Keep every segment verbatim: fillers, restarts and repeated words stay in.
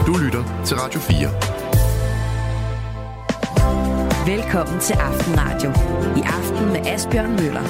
Du lytter til Radio fire. Velkommen til Aftenradio. I aften med Asbjørn Møller.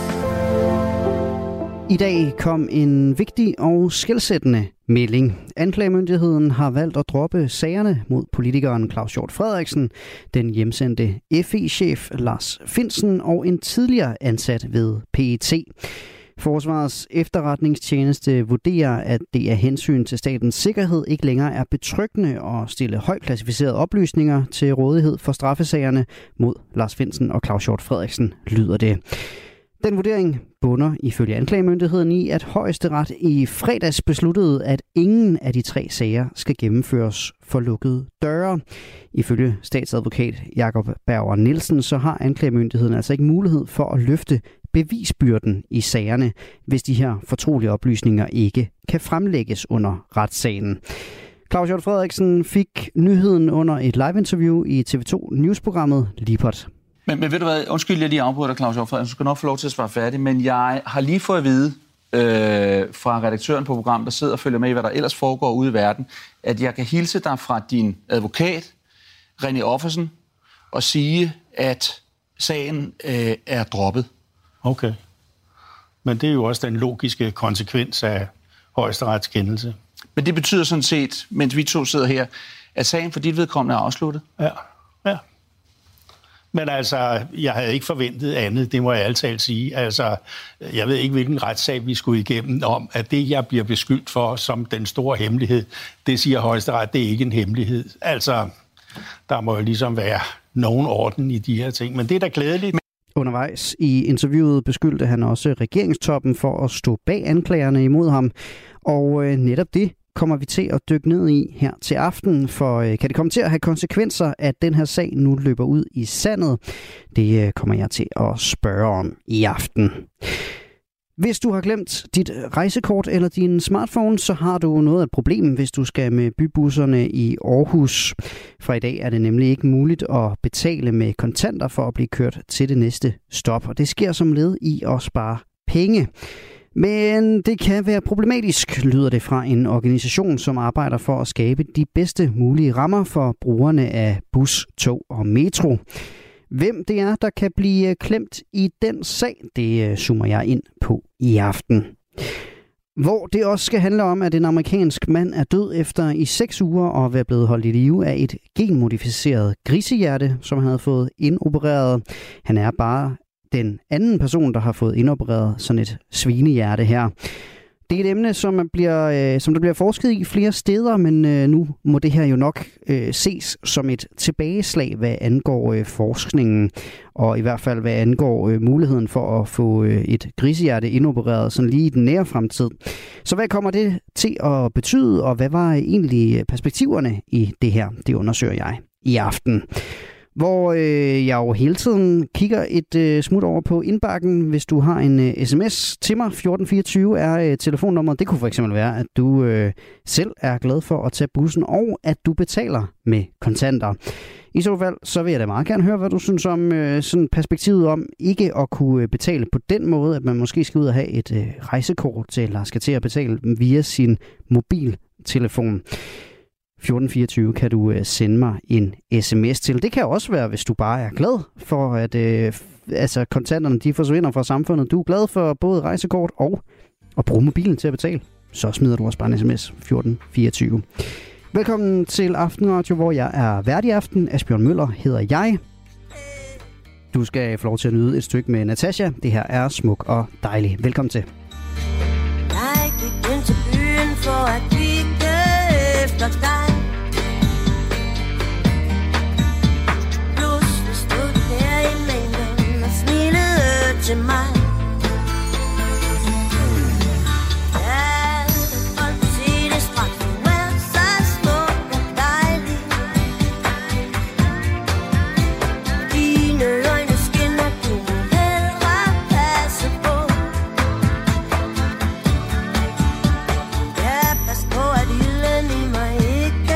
I dag kom en vigtig og skelsættende melding. Anklagemyndigheden har valgt at droppe sagerne mod politikeren Claus Hjort Frederiksen, den hjemsendte F E-chef Lars Findsen og en tidligere ansat ved P E T. Forsvarets efterretningstjeneste vurderer, at det af hensyn til statens sikkerhed ikke længere er betryggende at stille højt klassificerede oplysninger til rådighed for straffesagerne mod Lars Findsen og Claus Hjort Frederiksen, lyder det. Den vurdering bunder ifølge anklagemyndigheden i, at Højesteret i fredags besluttede, at ingen af de tre sager skal gennemføres for lukkede døre. Ifølge statsadvokat Jakob Berger Nielsen, så har anklagemyndigheden altså ikke mulighed for at løfte bevisbyrden i sagerne, hvis de her fortrolige oplysninger ikke kan fremlægges under retssagen. Claus Hjort Frederiksen fik nyheden under et live-interview i T V to News-programmet Lipot. Men, men ved du hvad, undskyld, jeg lige afbryder dig, Claus Hjort Frederiksen. Du skal nok få lov til at svare færdig, men jeg har lige fået at vide øh, fra redaktøren på programmet, der sidder og følger med i, hvad der ellers foregår ude i verden, at jeg kan hilse dig fra din advokat, René Offersen, og sige, at sagen øh, er droppet. Okay. Men det er jo også den logiske konsekvens af Højesterets kendelse. Men det betyder sådan set, mens vi to sidder her, at sagen for dit vedkommende er afsluttet? Ja, ja. Men altså, jeg havde ikke forventet andet, det må jeg altid sige. Altså, jeg ved ikke, hvilken retssag vi skulle igennem om, at det, jeg bliver beskyldt for som den store hemmelighed, det siger Højesteret, det er ikke en hemmelighed. Altså, der må jo ligesom være nogen orden i de her ting, men det er da glædeligt. Undervejs i interviewet beskyldte han også regeringstoppen for at stå bag anklagerne imod ham, og øh, netop det kommer vi til at dykke ned i her til aften, for øh, kan det komme til at have konsekvenser, at den her sag nu løber ud i sandet? Det øh, kommer jeg til at spørge om i aften. Hvis du har glemt dit rejsekort eller din smartphone, så har du noget af et problem, hvis du skal med bybusserne i Aarhus. Fra i dag er det nemlig ikke muligt at betale med kontanter for at blive kørt til det næste stop, og det sker som led i at spare penge. Men det kan være problematisk, lyder det fra en organisation, som arbejder for at skabe de bedste mulige rammer for brugerne af bus, tog og metro. Hvem det er, der kan blive klemt i den sag, det zoomer jeg ind på i aften. Hvor det også skal handle om, at en amerikansk mand er død efter i seks uger at være blevet holdt i live af et genmodificeret grisehjerte, som han havde fået indopereret. Han er bare den anden person, der har fået indopereret sådan et svinehjerte her. Det er et emne, som, bliver, øh, som der bliver forsket i flere steder, men øh, nu må det her jo nok øh, ses som et tilbageslag, hvad angår øh, forskningen, og i hvert fald hvad angår øh, muligheden for at få øh, et grisehjerte indopereret sådan lige i den nære fremtid. Så hvad kommer det til at betyde, og hvad var egentlig perspektiverne i det her? Det undersøger jeg i aften. Hvor øh, jeg jo hele tiden kigger et øh, smut over på indbakken. Hvis du har en øh, sms til mig, fjorten fireogtyve er øh, telefonnummeret. Det kunne for eksempel være, at du øh, selv er glad for at tage bussen, og at du betaler med kontanter. I så fald, så vil jeg da meget gerne høre, hvad du synes om øh, sådan perspektivet om ikke at kunne betale på den måde, at man måske skal ud og have et øh, rejsekort, eller skal til at betale via sin mobiltelefon. fjorten fireogtyve kan du øh, sende mig en sms til. Det kan også være, hvis du bare er glad for, at øh, altså, kontanterne de forsvinder fra samfundet. Du er glad for både rejsekort og at bruge mobilen til at betale. Så smider du også bare en sms fjorten fireogtyve. Velkommen til Aftenradio, hvor jeg er vært i aften. Asbjørn Møller hedder jeg. Du skal få lov til at nyde et stykke med Natasha. Det her er smuk og dejlig. Velkommen til. Jeg gik ind til byen for at kigge efter dig. Pludselig stod du der i mængden og smilede til mig. Ikke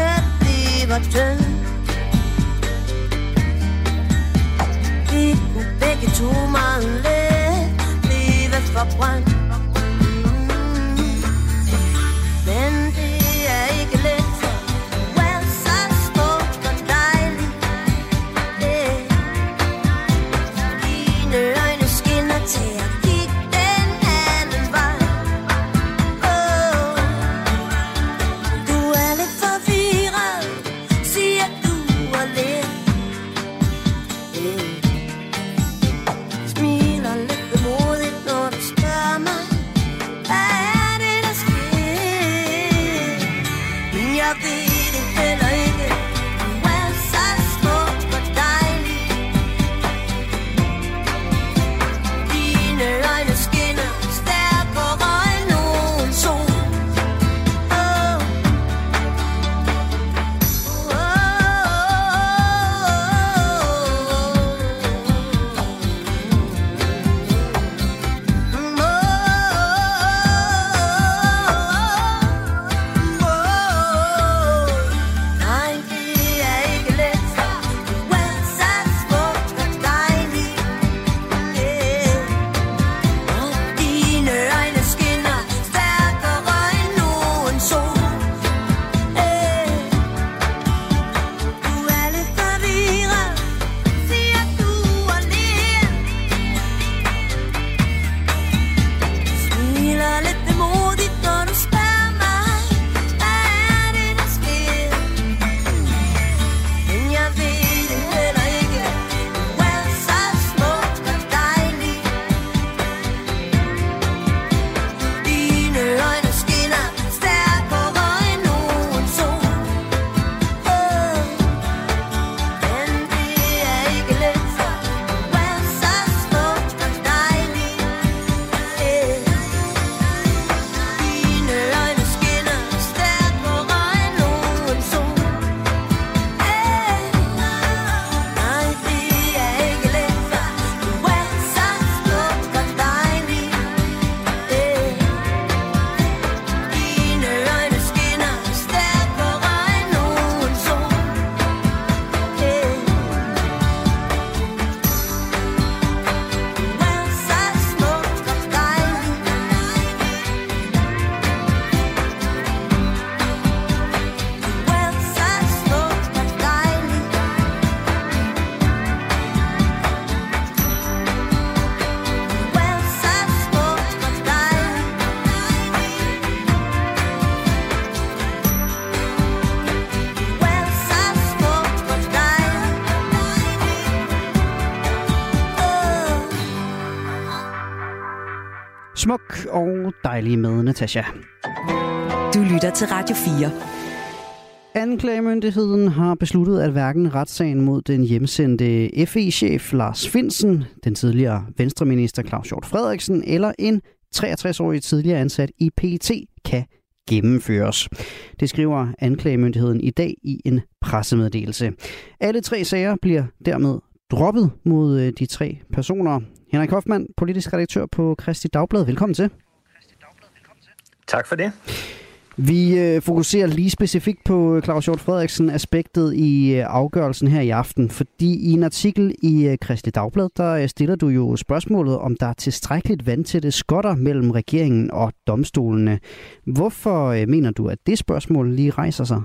Smuk og dejlig med Natasha. Du lytter til Radio fire. Anklagemyndigheden har besluttet, at hverken retssagen mod den hjemsendte F E-chef Lars Findsen, den tidligere venstreminister Claus Hjort Frederiksen eller en treogtres-årig tidligere ansat i P E T kan gennemføres. Det skriver anklagemyndigheden i dag i en pressemeddelelse. Alle tre sager bliver dermed droppet mod de tre personer. Henrik Hoffmann, politisk redaktør på Kristi Dagblad. Velkommen til. Tak for det. Vi øh, fokuserer lige specifikt på Claus Hjort Frederiksen-aspektet i øh, afgørelsen her i aften, fordi i en artikel i øh, Kristi Dagblad, der øh, stiller du jo spørgsmålet, om der er tilstrækkeligt vandtætte skotter mellem regeringen og domstolene. Hvorfor øh, mener du, at det spørgsmål lige rejser sig?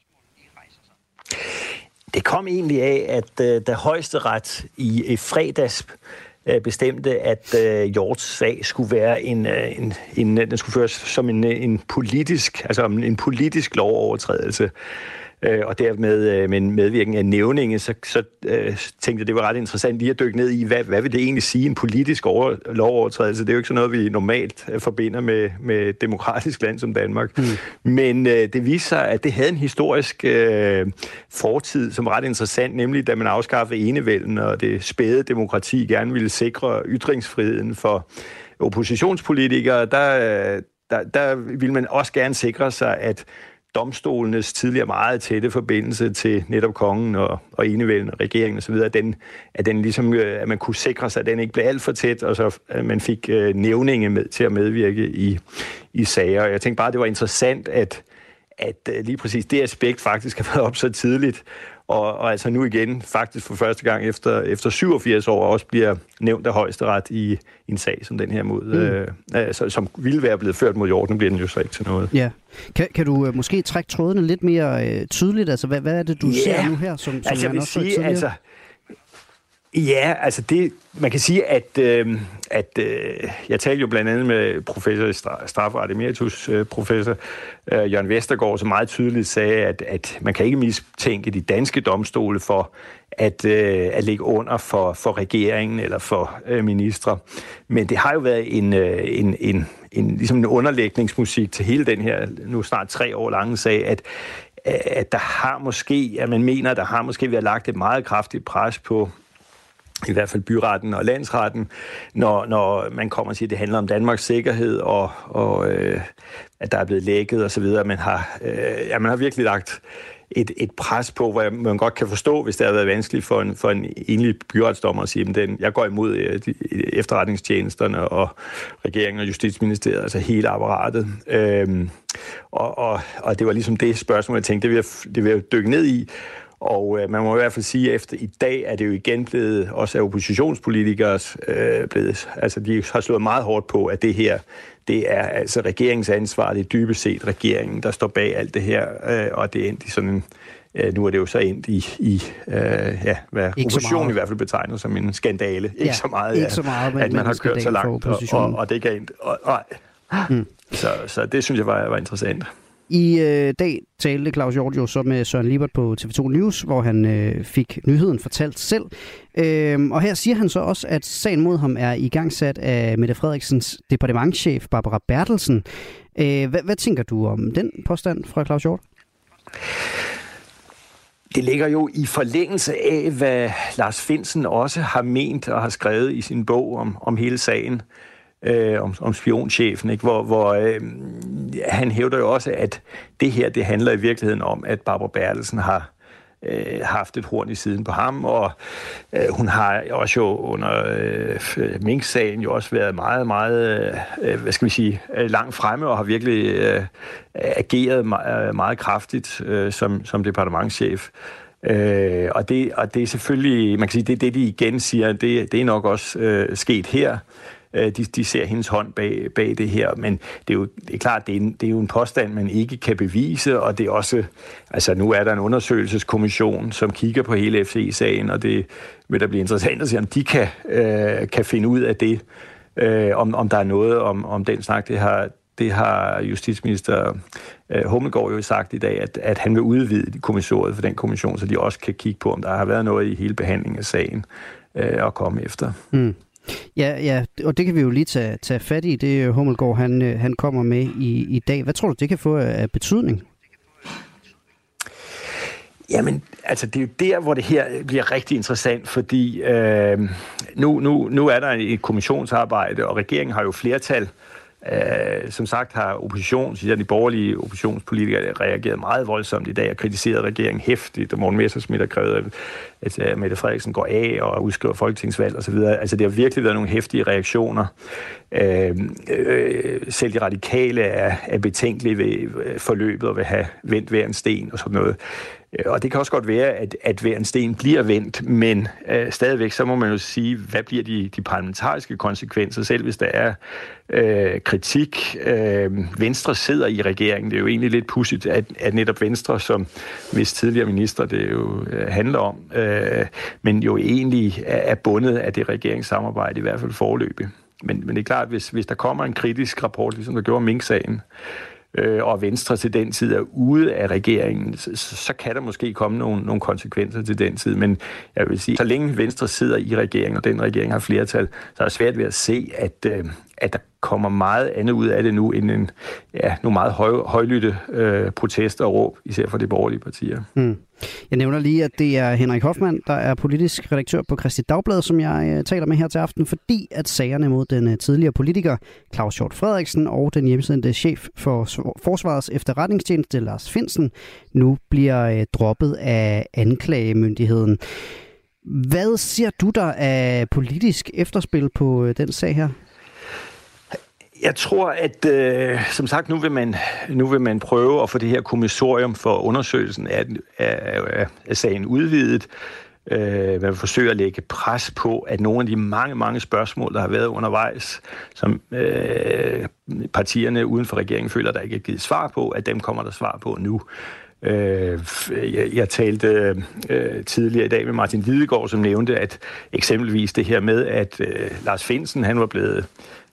Det kom egentlig af, at øh, da Højesteret i, i fredags bestemte, at øh, Hjorts sag skulle være en, øh, en, en den skulle føres som en, en politisk, altså en politisk lovovertrædelse. Øh, og dermed øh, med en medvirkning af nævninge, så, så øh, tænkte jeg, det var ret interessant lige at dykke ned i, hvad, hvad vil det egentlig sige, en politisk over, lovovertrædelse? Det er jo ikke sådan noget, vi normalt øh, forbinder med, med et demokratisk land som Danmark. Mm. Men øh, det viser sig, at det havde en historisk øh, fortid, som var ret interessant, nemlig da man afskaffede enevælden, og det spæde demokrati gerne ville sikre ytringsfriheden for oppositionspolitikere, der, der, der ville man også gerne sikre sig, at domstolenes tidligere meget tætte forbindelse til netop kongen og, og enevælden og regeringen osv., at den, at den ligesom, at man kunne sikre sig, at den ikke blev alt for tæt, og så at man fik øh, nævninge med til at medvirke i, i sager. Jeg tænkte bare, det var interessant, at, at lige præcis det aspekt faktisk har været op så tidligt, og, og altså nu igen, faktisk for første gang efter, efter syvogfirs år, også bliver nævnt af Højesteret i, i en sag som den her mod, mm. øh, altså, som ville være blevet ført mod Hjort, nu bliver den jo så ikke til noget. Ja. Kan, kan du uh, måske trække trådene lidt mere øh, tydeligt? Altså, hvad, hvad er det, du yeah. ser nu her, som, som altså, han også sige, tidligere? Altså, Ja, altså det, man kan sige, at, øh, at øh, jeg talte jo blandt andet med professor i strafferet emeritus, øh, professor øh, Jørgen Vestergaard, som meget tydeligt sagde, at, at man kan ikke mistænke de danske domstole for at, øh, at ligge under for, for regeringen eller for øh, ministre. Men det har jo været en, øh, en, en, en, ligesom en underlægningsmusik til hele den her nu snart tre år lange sag, at at der har måske, at man mener, at der har måske været lagt et meget kraftigt pres på i hvert fald byretten og landsretten, når, når man kommer og siger, at det handler om Danmarks sikkerhed, og, og øh, at der er blevet lækket osv. Man har, øh, ja, man har virkelig lagt et, et pres på, hvor man godt kan forstå, hvis det har været vanskeligt for en, for en enlig byretsdommer at sige, at den, jeg går imod øh, de, efterretningstjenesterne og regeringen og Justitsministeriet, altså hele apparatet. Øhm, og, og, og det var ligesom det spørgsmål, jeg tænkte, det vil jeg, det vil jeg dykke ned i. Og øh, man må i hvert fald sige, at efter i dag er det jo igen blevet, også af oppositionspolitikere, øh, blevet, altså de har slået meget hårdt på, at det her, det er altså regeringens ansvar, det er dybest set regeringen, der står bag alt det her, øh, og det er endt i sådan en, øh, nu er det jo så endt i, i øh, ja, hvad oppositionen i hvert fald betegner som en skandale. Ikke ja, så meget, ikke ja, så meget, men, at man har kørt så langt, og, og, og det er endt. Og, og, mm. så, så det synes jeg var, var interessant. I øh, dag talte Claus Hjort jo så med Søren Lippert på T V to News, hvor han øh, fik nyheden fortalt selv. Øhm, og her siger han så også, at sagen mod ham er igangsat af Mette Frederiksens departementschef Barbara Bertelsen. Øh, hvad, hvad tænker du om den påstand fra Claus Hjort? Det ligger jo i forlængelse af, hvad Lars Findsen også har ment og har skrevet i sin bog om, om hele sagen. Øh, om, om spionchefen, ikke? Hvor, hvor øh, han hævder jo også, at det her, det handler i virkeligheden om, at Barbara Bertelsen har øh, haft et horn i siden på ham, og øh, hun har også jo under øh, Mink-sagen jo også været meget, meget, øh, hvad skal vi sige, langt fremme, og har virkelig øh, ageret meget, meget kraftigt øh, som, som departementschef. Øh, og, det, og det er selvfølgelig, man kan sige, det det, de igen siger, det, det er nok også øh, sket her. De, de ser hendes hånd bag, bag det her, men det er jo det er klart, det er, en, det er jo en påstand, man ikke kan bevise, og det er også, altså nu er der en undersøgelseskommission, som kigger på hele F C-sagen, og det vil da blive interessant at se, om de kan, øh, kan finde ud af det, øh, om, om der er noget om, om den snak. Det har, det har justitsminister øh, Hummelgaard jo sagt i dag, at, at han vil udvide kommissoriet for den kommission, så de også kan kigge på, om der har været noget i hele behandlingen af sagen øh, at komme efter. Mm. Ja, ja, og det kan vi jo lige tage, tage fat i, det Hummelgaard han, han kommer med i, i dag. Hvad tror du, det kan få af betydning? Jamen, altså det er jo der, hvor det her bliver rigtig interessant, fordi øh, nu, nu, nu er der et kommissionsarbejde, og regeringen har jo flertal. Uh, som sagt har opposition, siger de borgerlige oppositionspolitikere, reageret meget voldsomt i dag og kritiseret regeringen hæftigt, og Morten Messerschmidt har krævet, at uh, Mette Frederiksen går af og udskriver folketingsvalg osv. Altså det har virkelig været nogle hæftige reaktioner. Uh, uh, selv de radikale er, er betænkelige ved forløbet og vil have vendt hver en sten og sådan noget. Og det kan også godt være, at, at hver en sten bliver vendt, men øh, stadigvæk så må man jo sige, hvad bliver de, de parlamentariske konsekvenser, selv hvis der er øh, kritik. Øh, Venstre sidder i regeringen. Det er jo egentlig lidt pudsigt, at, at netop Venstre, som hvis tidligere minister det jo øh, handler om, øh, men jo egentlig er, er bundet af det regeringssamarbejde, i hvert fald foreløbig. Men, men det er klart, hvis, hvis der kommer en kritisk rapport, ligesom der gjorde Mink-sagen, og Venstre til den tid er ude af regeringen, så, så kan der måske komme nogle, nogle konsekvenser til den tid. Men jeg vil sige, så længe Venstre sidder i regeringen, og den regering har flertal, så er det svært ved at se, at, at der kommer meget andet ud af det nu, end en, ja, nogle meget høj, højlytte øh, protester og råb, især for de borgerlige partier. Hmm. Jeg nævner lige, at det er Henrik Hoffmann, der er politisk redaktør på Kristi Dagblad, som jeg uh, taler med her til aften, fordi at sagerne mod den uh, tidligere politiker Claus Hjort Frederiksen og den hjemsendte chef for Forsvarets efterretningstjeneste Lars Findsen nu bliver uh, droppet af anklagemyndigheden. Hvad ser du der af politisk efterspil på uh, den sag her? Jeg tror, at øh, som sagt, nu vil, man, nu vil man prøve at få det her kommissorium for undersøgelsen af, af, af, af sagen udvidet. Øh, man vil forsøge at lægge pres på, at nogle af de mange, mange spørgsmål, der har været undervejs, som øh, partierne uden for regeringen føler, der ikke er givet svar på, at dem kommer der svar på nu. Øh, jeg, jeg talte øh, tidligere i dag med Martin Lidegaard, som nævnte, at eksempelvis det her med, at øh, Lars Findsen, han var blevet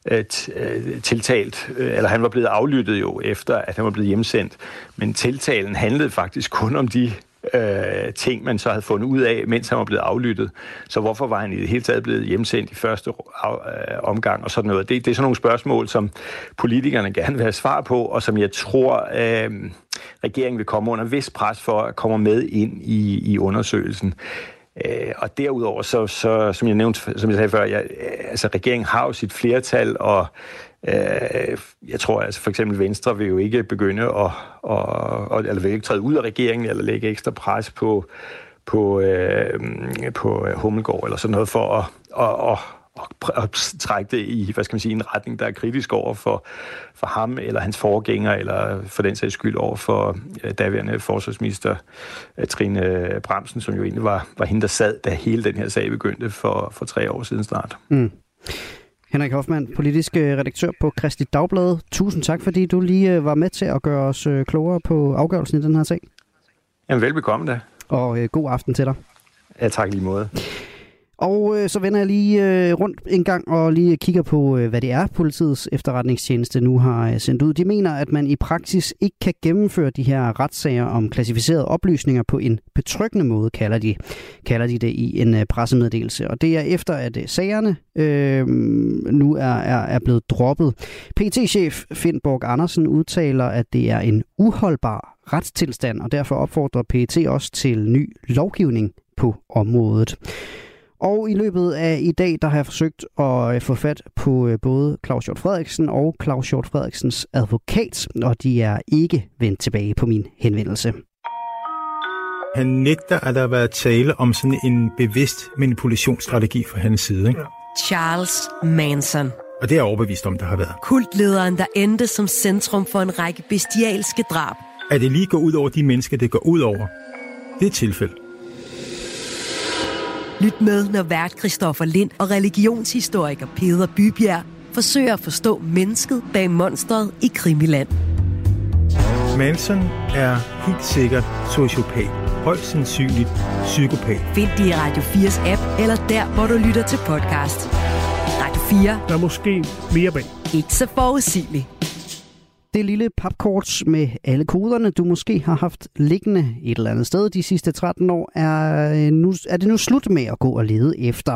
tiltalt, eller han var blevet aflyttet jo efter, at han var blevet hjemsendt. Men tiltalen handlede faktisk kun om de øh, ting, man så havde fundet ud af, mens han var blevet aflyttet. Så hvorfor var han i det hele taget blevet hjemsendt i første af, øh, omgang og sådan noget? Det, det er sådan nogle spørgsmål, som politikerne gerne vil have svar på, og som jeg tror, øh, regeringen vil komme under vis pres for at komme med ind i, i undersøgelsen. Øh, og derudover, så, så, som jeg nævnte, som jeg sagde før, jeg, altså regeringen har jo sit flertal, og øh, jeg tror altså for eksempel Venstre vil jo ikke begynde at, og, eller vil ikke træde ud af regeringen, eller lægge ekstra pres på, på, øh, på Hummelgaard, eller sådan noget, for at, at, at og trække det i, hvad skal man sige, en retning, der er kritisk over for, for ham eller hans forgænger, eller for den sags skyld over for uh, daværende forsvarsminister uh, Trine Bramsen, som jo egentlig var, var hende, der sad, da hele den her sag begyndte for, for tre år siden snart. Mm. Henrik Hoffmann, politisk redaktør på Kristi Dagblad. Tusind tak, fordi du lige var med til at gøre os klogere på afgørelsen i den her sag. Jamen, velbekomme da. Og uh, god aften til dig. Ja, tak lige måde. Og øh, så vender jeg lige øh, rundt en gang og lige kigger på, øh, hvad det er, politiets efterretningstjeneste nu har øh, sendt ud. De mener, at man i praksis ikke kan gennemføre de her retssager om klassificerede oplysninger på en betryggende måde, kalder de, kalder de det i en øh, pressemeddelelse. Og det er efter, at øh, sagerne øh, nu er, er, er blevet droppet. P E T-chef Finn Borg Andersen udtaler, at det er en uholdbar retstilstand, og derfor opfordrer P E T også til ny lovgivning på området. Og i løbet af i dag, der har jeg forsøgt at få fat på både Claus Hjort Frederiksen og Claus Hjort Frederiksens advokat, og de er ikke vendt tilbage på min henvendelse. Han nægter, at der har været tale om sådan en bevidst manipulationsstrategi fra hans side, ikke? Charles Manson. Og det er jeg overbevist om, der har været. Kultlederen, der endte som centrum for en række bestialske drab. At det lige går ud over de mennesker, det går ud over, det er et tilfælde. Lyt med, når vært Christoffer Lind og religionshistoriker Peder Bybjerg forsøger at forstå mennesket bag monstret i Krimiland. Manson er helt sikkert sociopat. Højst sandsynligt psykopat. Find det i Radio fires app, eller der, hvor du lytter til podcast. Radio fire. Der er måske mere bag. Ikke så forudsigeligt. Det lille papkort med alle koderne, du måske har haft liggende et eller andet sted de sidste tretten år, er, nu, er det nu slut med at gå og lede efter.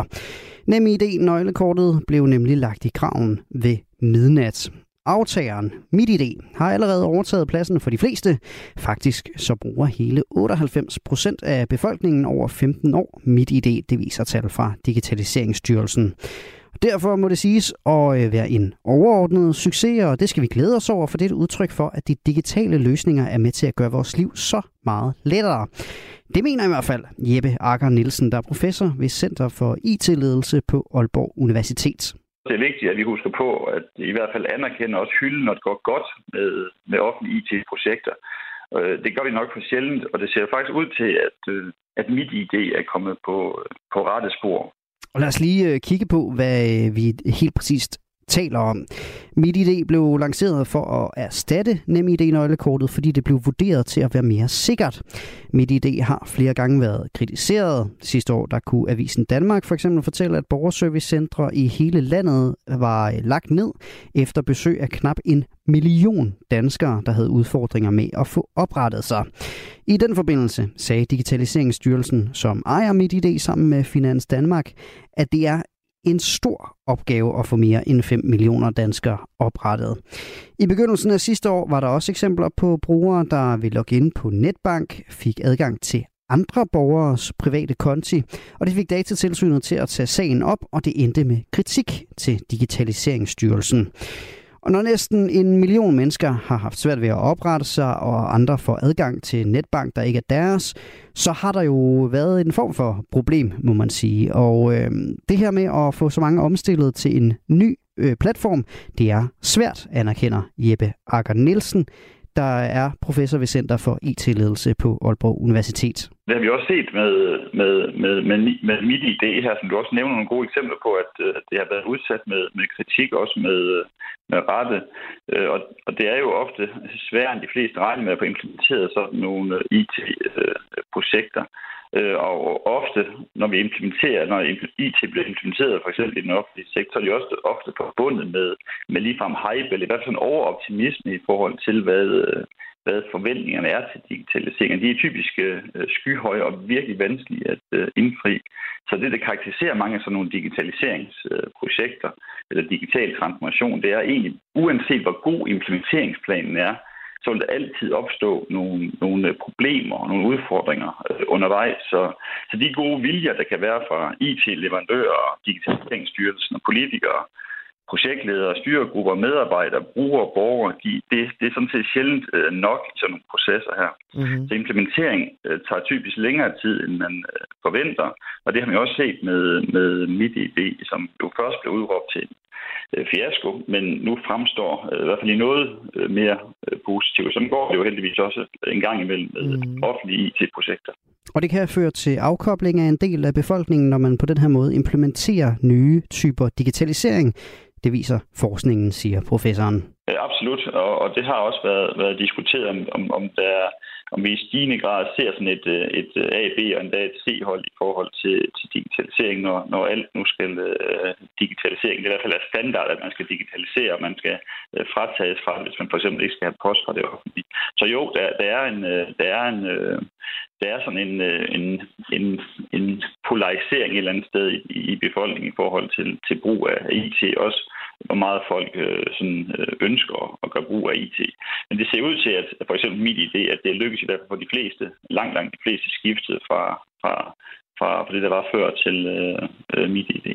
NemID-nøglekortet blev nemlig lagt i graven ved midnat. Aftageren MitID har allerede overtaget pladsen for de fleste. Faktisk så bruger hele otteoghalvfems procent af befolkningen over femten år MitID, det viser tal fra Digitaliseringsstyrelsen. Derfor må det siges at være en overordnet succes, og det skal vi glæde os over, for det er et udtryk for, at de digitale løsninger er med til at gøre vores liv så meget lettere. Det mener i hvert fald Jeppe Agger Nielsen, der er professor ved Center for I T-ledelse på Aalborg Universitet. Det er vigtigt, at vi husker på, at i hvert fald anerkender også hylden, når det går godt med, med offentlige I T-projekter. Det gør vi nok for sjældent, og det ser faktisk ud til, at, at MitID er kommet på, på rette spor. Og lad os lige kigge på, hvad vi helt præcist taler om. MitID blev lanceret for at erstatte NemID-nøglekortet, fordi det blev vurderet til at være mere sikkert. MitID har flere gange været kritiseret. Sidste år der kunne Avisen Danmark for eksempel fortælle, at borgerservicecentre i hele landet var lagt ned efter besøg af knap en million danskere, der havde udfordringer med at få oprettet sig. I den forbindelse sagde Digitaliseringsstyrelsen, som ejer MitID sammen med Finans Danmark, at det er en stor opgave at få mere end fem millioner danskere oprettet. I begyndelsen af sidste år var der også eksempler på brugere, der ved logge ind på netbank fik adgang til andre borgeres private konti, og det fik Datatilsynet til at tage sagen op, og det endte med kritik til Digitaliseringsstyrelsen. Og når næsten en million mennesker har haft svært ved at oprette sig, og andre får adgang til netbank, der ikke er deres, så har der jo været en form for problem, må man sige. Og øh, det her med at få så mange omstillet til en ny øh, platform, det er svært, anerkender Jeppe Agger Nielsen, der er professor ved Center for I T-ledelse på Aalborg Universitet. Det har vi også set med, med, med, med, med MitID her, som du også nævner nogle gode eksempler på, at, at det har været udsat med, med kritik, også med, med rette. Og, og det er jo ofte sværere end de fleste regner med at få implementeret sådan nogle I T-projekter. Og ofte, når vi implementerer, når I T bliver implementeret, for eksempel i den offentlige sektor, så er det også ofte forbundet med, med ligefrem hype, eller i hvert fald sådan overoptimisme i forhold til, hvad, hvad forventningerne er til digitalisering. De er typisk skyhøje og virkelig vanskelige at indfri. Så det, der karakteriserer mange af sådan nogle digitaliseringsprojekter, eller digital transformation, det er egentlig, uanset hvor god implementeringsplanen er, så vil der altid opstå nogle, nogle problemer og nogle udfordringer øh, undervejs. Så, så de gode viljer, der kan være fra I T-leverandører, Digitaliseringsstyrelsen og politikere, projektledere, styregrupper, medarbejdere, brugere, borgere, de, det, det er sådan set sjældent øh, nok i sådan nogle processer her. Mm-hmm. Så implementering øh, tager typisk længere tid, end man øh, forventer. Og det har man jo også set med, med MitID, som jo først blev udråbt til fiasko, men nu fremstår øh, i hvert fald i noget øh, mere øh, positivt. Sådan går det jo heldigvis også en gang imellem med mm. offentlige I T-projekter. Og det kan føre til afkobling af en del af befolkningen, når man på den her måde implementerer nye typer digitalisering. Det viser forskningen, siger professoren. Ja, absolut, og, og det har også været, været diskuteret, om, om, om der er om vi i stigende grad ser sådan et, et A, B og endda et C-hold i forhold til, til digitalisering, når, når alt nu skal uh, digitalisering. Det er i hvert fald er standard, at man skal digitalisere, og man skal uh, fratages fra, hvis man for eksempel ikke skal have post fra det offentlige. Så jo, der, der er en, der er en, der er sådan en, en, en, en polarisering et eller andet sted i, i befolkningen i forhold til, til brug af I T også. Hvor meget folk øh, sådan, øh, ønsker at gøre brug af I T. Men det ser ud til, at for eksempel MitID, at det lykkes i hvert fald for de fleste, langt, langt de fleste skiftet fra, fra, fra, fra det, der var før til øh, MitID.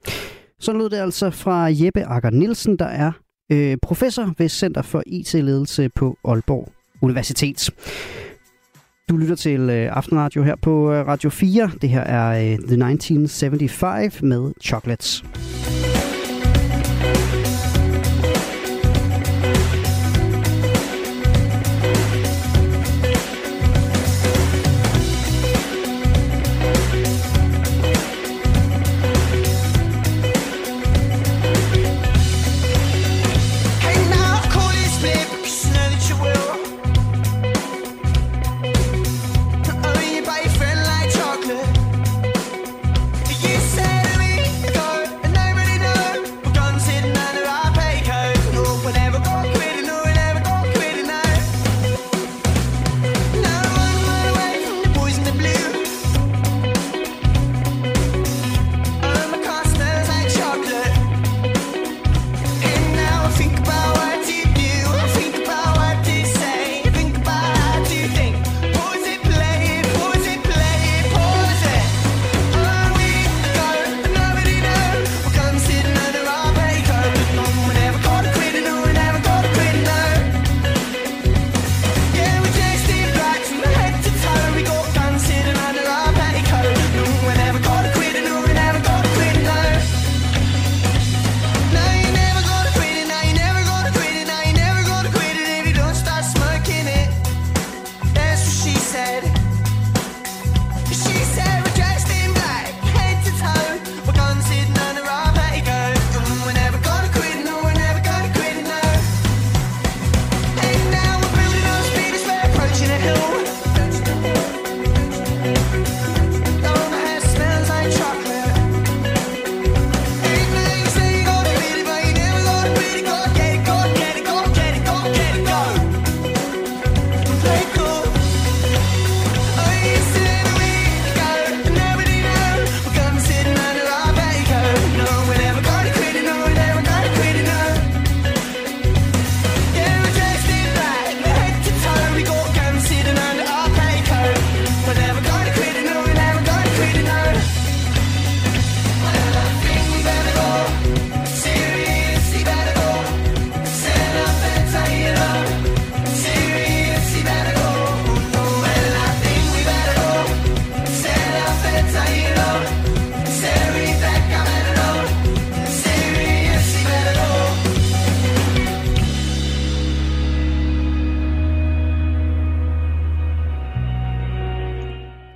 Så lød det altså fra Jeppe Agger Nielsen, der er øh, professor ved Center for I T-ledelse på Aalborg Universitet. Du lytter til øh, Aftenradio her på øh, Radio fire. Det her er øh, The nitten syvoghalvfems med Chocolates. You said to me, girl,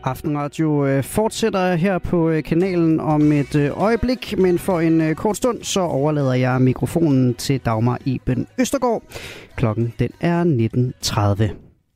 Aftenradio fortsætter her på kanalen om et øjeblik, men for en kort stund så overlader jeg mikrofonen til Dagmar Eben Østergaard. Klokken den er nitten tredive.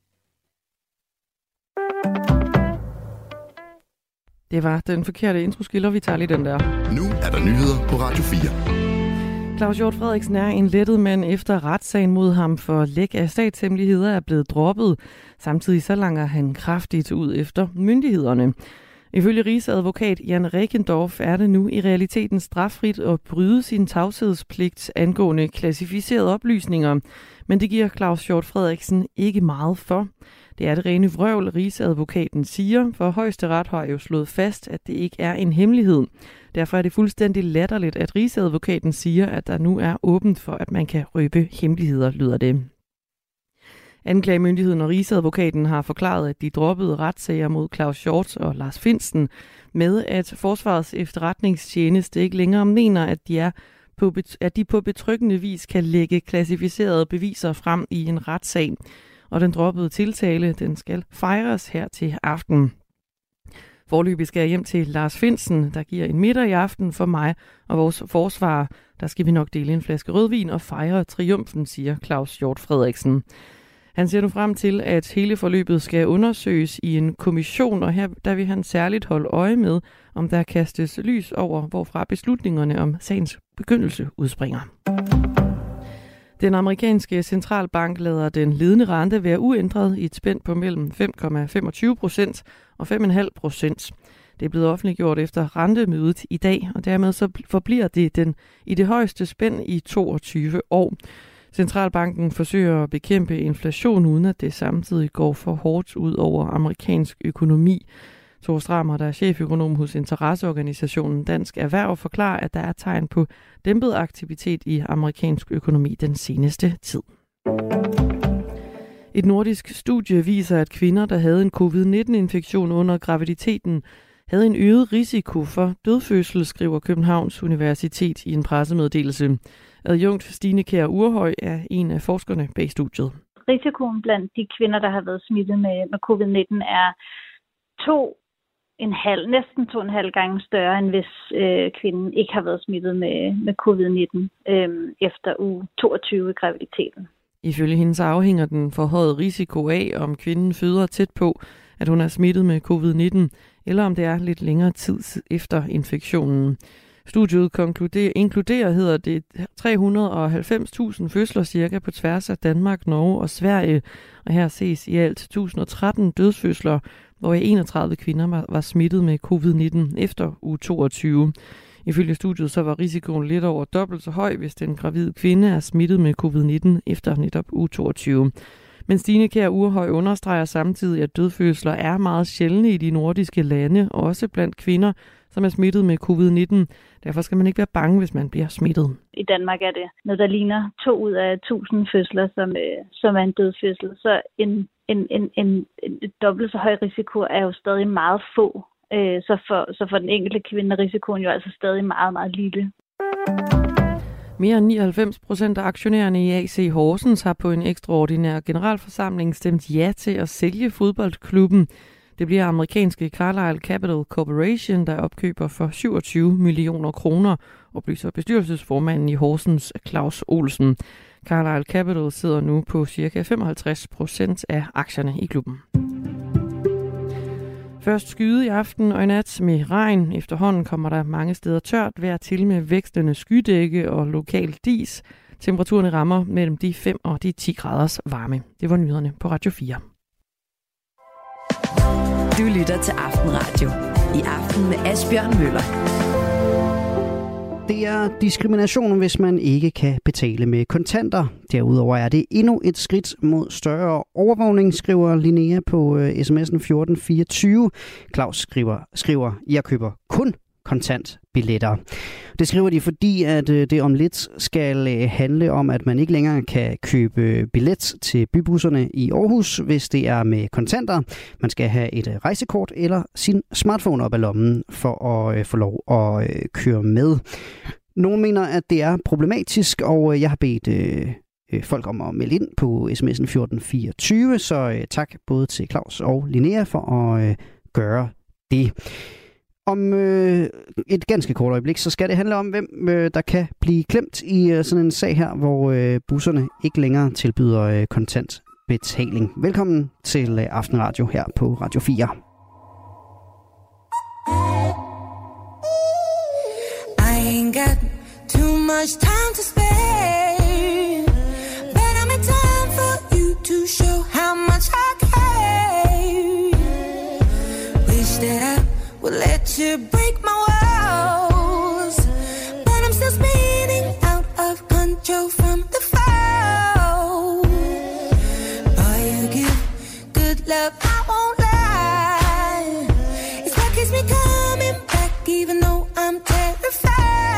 Det var den forkerte introskiller, vi tager lige den der. Nu er der nyheder på Radio fire. Claus Hjort Frederiksen er en lettet mand efter retssagen mod ham for læk af statshemmeligheder er blevet droppet. Samtidig så langer han kraftigt ud efter myndighederne. Ifølge rigsadvokat Jan Reckendorf er det nu i realiteten straffrit at bryde sin tavshedspligt angående klassificerede oplysninger. Men det giver Claus Hjort Frederiksen ikke meget for. Det er det rene vrøvl, rigsadvokaten siger, for Højesteret har jo slået fast, at det ikke er en hemmelighed. Derfor er det fuldstændig latterligt, at rigsadvokaten siger, at der nu er åbent for, at man kan røbe hemmeligheder, lyder det. Anklagemyndigheden og rigsadvokaten har forklaret, at de droppede retssager mod Claus Hjort og Lars Findsen med, at Forsvarets efterretningstjeneste ikke længere mener, at de, er på, at de på betryggende vis kan lægge klassificerede beviser frem i en retssag. Og den droppede tiltale, den skal fejres her til aften. Forløbig skal jeg hjem til Lars Findsen, der giver en middag i aften for mig og vores forsvar. Der skal vi nok dele en flaske rødvin og fejre triumfen, siger Claus Hjort Frederiksen. Han ser nu frem til, at hele forløbet skal undersøges i en kommission, og her der vil han særligt holde øje med, om der kastes lys over, hvorfra beslutningerne om sagens begyndelse udspringer. Den amerikanske centralbank lader den ledende rente være uændret i et spænd på mellem fem komma femogtyve procent og fem komma fem procent. Det er blevet offentliggjort efter rentemødet i dag, og dermed så forbliver det den i det højeste spænd i toogtyve år. Centralbanken forsøger at bekæmpe inflation, uden at det samtidig går for hårdt ud over amerikansk økonomi. Thor Strammer, der er cheføkonom hos interesseorganisationen Dansk Erhverv, forklarer, at der er tegn på dæmpet aktivitet i amerikansk økonomi den seneste tid. Et nordisk studie viser, at kvinder, der havde en covid nitten infektion under graviditeten, havde en øget risiko for dødfødsel, skriver Københavns Universitet i en pressemeddelelse. Adjunkt Stine Kjær Urhøj er en af forskerne bag studiet. Risikoen blandt de kvinder, der har været smittet med, med covid nitten, er to en halv, næsten to og en halv gange større, end hvis øh, kvinden ikke har været smittet med, med covid nitten øh, efter uge toogtyve i graviditeten. Ifølge hendes afhænger den forhøjede risiko af, om kvinden føder tæt på, at hun er smittet med covid nitten, eller om det er lidt længere tid efter infektionen. Studiet konkluderer, inkluderer, hedder det, tre hundrede og halvfems tusind fødsler cirka på tværs af Danmark, Norge og Sverige. Og her ses i alt et tusind og tretten dødsfødsler, hvor enogtredive kvinder var, var smittet med covid nitten efter uge toogtyve. Ifølge studiet så var risikoen lidt over dobbelt så høj, hvis den gravide kvinde er smittet med covid nitten efter netop uge toogtyve. Men Stine Kjær Urhøj understreger samtidig, at dødfødsler er meget sjældne i de nordiske lande, også blandt kvinder, som er smittet med covid nitten. Derfor skal man ikke være bange, hvis man bliver smittet. I Danmark er det noget, der ligner to ud af tusind fødsler, som, øh, som er en dødfødsel. Så en, en, en, en, en dobbelt så høj risiko er jo stadig meget få. Øh, så, for, så for den enkelte kvinde er risikoen jo altså stadig meget, meget lille. Mere end nioghalvfems procent af aktionærerne i A C Horsens har på en ekstraordinær generalforsamling stemt ja til at sælge fodboldklubben. Det bliver amerikanske Carlyle Capital Corporation, der opkøber for syvogtyve millioner kroner, oplyser bestyrelsesformanden i Horsens, Claus Olsen. Carlyle Capital sidder nu på ca. femoghalvtreds procent af aktierne i klubben. Først skyde i aften og i nat med regn. Efterhånden kommer der mange steder tørt vejr til med vækstende skydække og lokal dis. Temperaturerne rammer mellem de fem og de ti graders varme. Det var nyhederne på Radio fire. Du lytter til Aftenradio. I aften med Asbjørn Møller. Det er diskrimination, hvis man ikke kan betale med kontanter. Derudover er det endnu et skridt mod større overvågning, skriver Linnea på sms'en fjorten fireogtyve. Claus skriver, skriver, jeg køber kun kontantbilletter. Det skriver de, fordi at det om lidt skal handle om, at man ikke længere kan købe billet til bybusserne i Aarhus, hvis det er med kontanter. Man skal have et rejsekort eller sin smartphone op af lommen for at få lov at køre med. Nogle mener, at det er problematisk, og jeg har bedt øh, folk om at melde ind på sms'en fjorten fireogtyve, så øh, tak både til Claus og Linnea for at øh, gøre det. Om øh, et ganske kort øjeblik, så skal det handle om, hvem øh, der kan blive klemt i øh, sådan en sag her, hvor øh, busserne ikke længere tilbyder øh, kontantbetaling. Velkommen til øh, Aftenradio her på Radio fire. I ain't got too much time to spare, but I'm in time for you to show how much I care. Wish that I would let you break my walls, but I'm still spinning out of control from the fall. Boy, you give good love, I won't lie. It's what keeps me coming back, even though I'm terrified.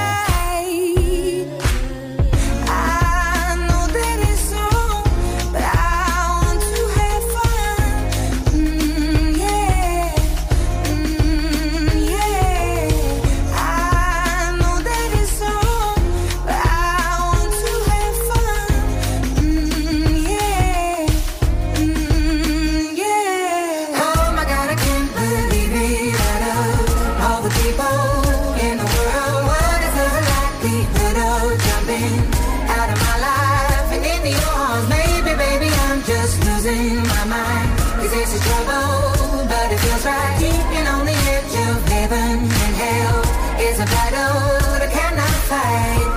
I know that it's wrong, but I want to have fun. Mm, yeah. Mm, yeah. I know that it's wrong, but I want to have fun. Mm, yeah. Mm, yeah. Oh my God, I can't believe it. Out of all the people in the world, what is the likelihood of jumping out of my life and into your arms? Maybe, baby, I'm just losing my mind. Cause it's a trouble, but it feels right. Keeping on the edge of heaven and hell is a battle that I cannot fight.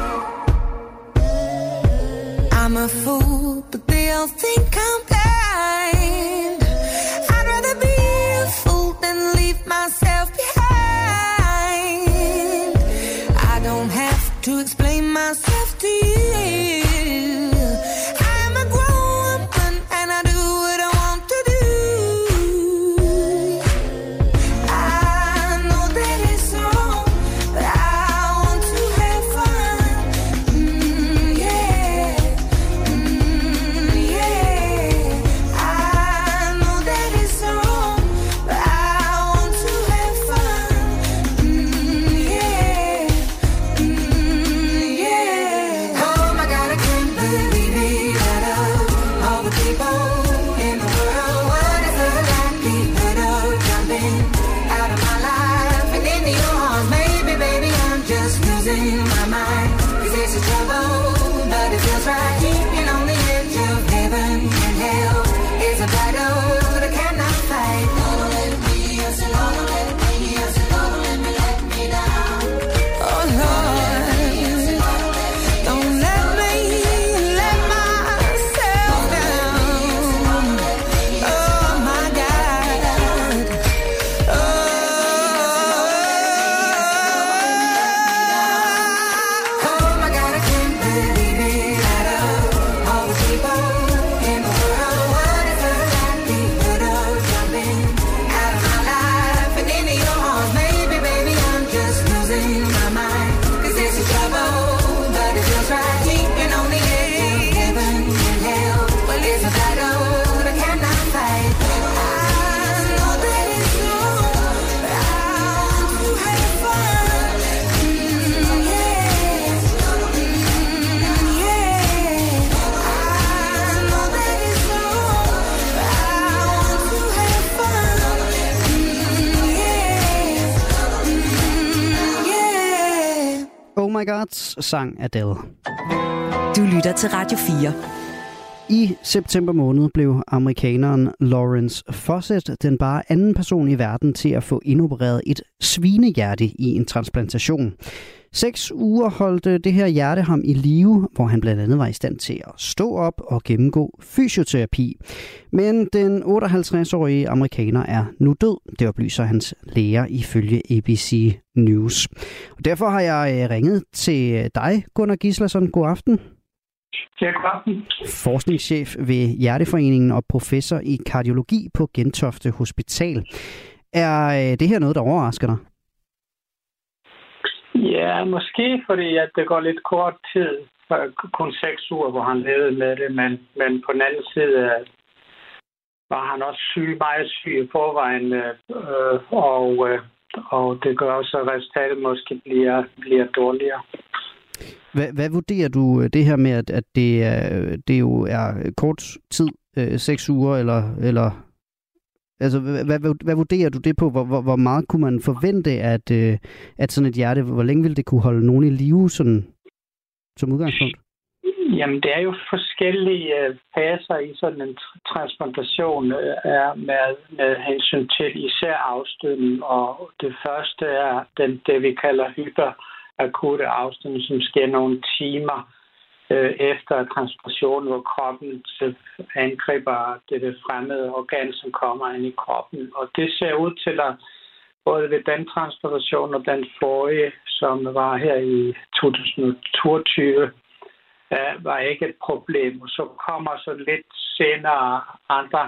I'm a fool, but they all think I'm blind. I'd rather be a fool than leave myself behind. I don't have to explain myself to you. I'm a grown woman and I do what I want to do. I know that it's wrong, but I want to have fun. Mm, yeah. Mm, yeah. I know that it's wrong, but I want to have fun. Mm, yeah. Mm, yeah. Oh my God, I can't believe it. Out of all the people in the world, what is the likelihood of jumping out of my life and into your arms? Maybe, baby, I'm just losing my mind. Cause it's a trouble, but it feels right. Keeping on the edge of heaven and hell is a battle that I cannot fight. Don't let me, I said, don't let me, I said, don't let me let me down. Oh Lord, don't let me let myself down. Oh my God. Oh, oh my God, I can't believe it. Out of all the people in the world, what is the likelihood of jumping out of my life and into your arms? Maybe, baby, I'm just losing my mind. Cause it's a trouble, but it feels right. Keeping on the edge of heaven and hell. Well, it's a battle that I cannot fight. I know that it's wrong, but I want to have fun. Mm, yeah. Mm, yeah. I know that it's wrong, but I want to have fun. Mm, yeah. Mm, yeah. Oh My God, sang Adele. Du lytter til Radio fire. I september måned blev amerikaneren Lawrence Fawcett den bare anden person i verden til at få indopereret et svinehjerte i en transplantation. Seks uger holdt det her hjerte ham i live, hvor han blandt andet var i stand til at stå op og gennemgå fysioterapi. Men den otteoghalvtreds-årige amerikaner er nu død, det oplyser hans læger ifølge A B C News. Og derfor har jeg ringet til dig, Gunnar Gislason. God aften. Ja, god aften. Forskningschef ved Hjerteforeningen og professor i kardiologi på Gentofte Hospital. Er det her noget, der overrasker dig? Ja, måske fordi at det går lidt kort tid, kun seks uger, hvor han levede med det, men, men på den anden side var han også syg, meget syg i forvejen, øh, og, øh, og det gør også, at resultatet måske bliver, bliver dårligere. Hvad, hvad vurderer du det her med, at, at det, er, det jo er kort tid, øh, seks uger, eller, eller Altså, hvad, hvad, hvad vurderer du det på? Hvor, hvor, hvor meget kunne man forvente, at, øh, at sådan et hjerte, hvor længe ville det kunne holde nogen i live sådan, som udgangspunkt? Jamen, det er jo forskellige øh, faser i sådan en transplantation øh, er med, med hensyn til især afstødning, og det første er den, det, vi kalder hyperakute afstødning, som sker nogle timer øh, efter transplantationen, hvor kroppen angriber det, det fremmede organ, som kommer ind i kroppen. Og det ser ud til at både ved den transplantation og den forrige, som var her i to tusind og toogtyve, var ikke et problem. Og så kommer så lidt senere andre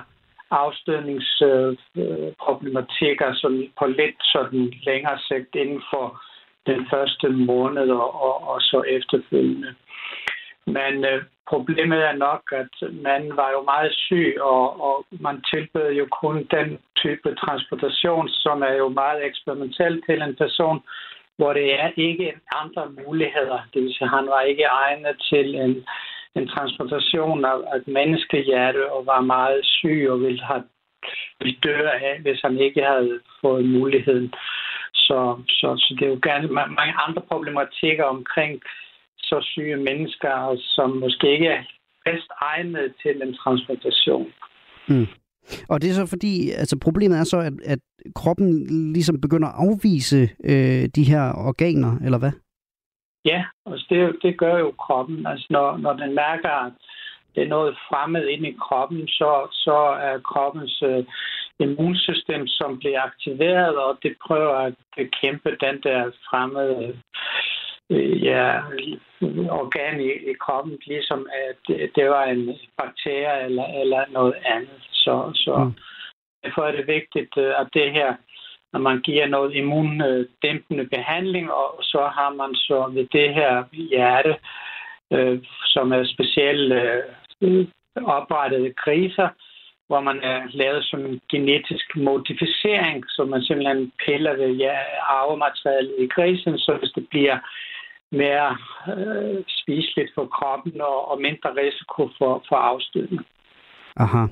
afstødningsproblematikker som på lidt sådan længere sigt inden for den første måned og, og, og så efterfølgende. Men øh, problemet er nok, at man var jo meget syg, og, og man tilbød jo kun den type transplantation, som er jo meget eksperimentel til en person, hvor det er ikke andre muligheder. Det vil sige, han var ikke egnet til en, en transplantation af et menneskehjerte og var meget syg og ville have ville dø af, hvis han ikke havde fået muligheden. Så, så, så det er jo gerne mange andre problematikker omkring så syge mennesker, som måske ikke er bedst egnet til en transplantation. Mm. Og det er så fordi, altså problemet er så, at, at kroppen ligesom begynder at afvise øh, de her organer, eller hvad? Ja, altså det, det gør jo kroppen. Altså når, når den mærker, at det er noget fremmed inde i kroppen, så, så er kroppens øh, immunsystem, som bliver aktiveret, og det prøver at bekæmpe den der fremmede øh, ja, organ i, i kroppen, ligesom at det, det var en bakterie eller, eller noget andet. Så, så mm. derfor er det vigtigt, at det her, når man giver noget immundæmpende behandling, og så har man så ved det her hjerte, øh, som er specielt øh, oprettede griser, hvor man er lavet som en genetisk modificering, så man simpelthen piller ved ja, arvematerialet i grisen, så hvis det bliver mere øh, spiseligt for kroppen og, og mindre risiko for, for afstødning. Aha.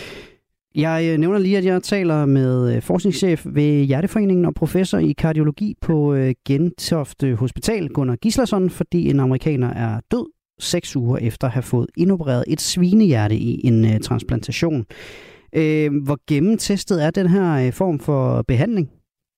Jeg nævner lige, at jeg taler med forskningschef ved Hjerteforeningen og professor i kardiologi på Gentofte Hospital, Gunnar Gislason, fordi en amerikaner er død seks uger efter at have fået indopereret et svinehjerte i en transplantation. Hvor gennemtestet er den her form for behandling?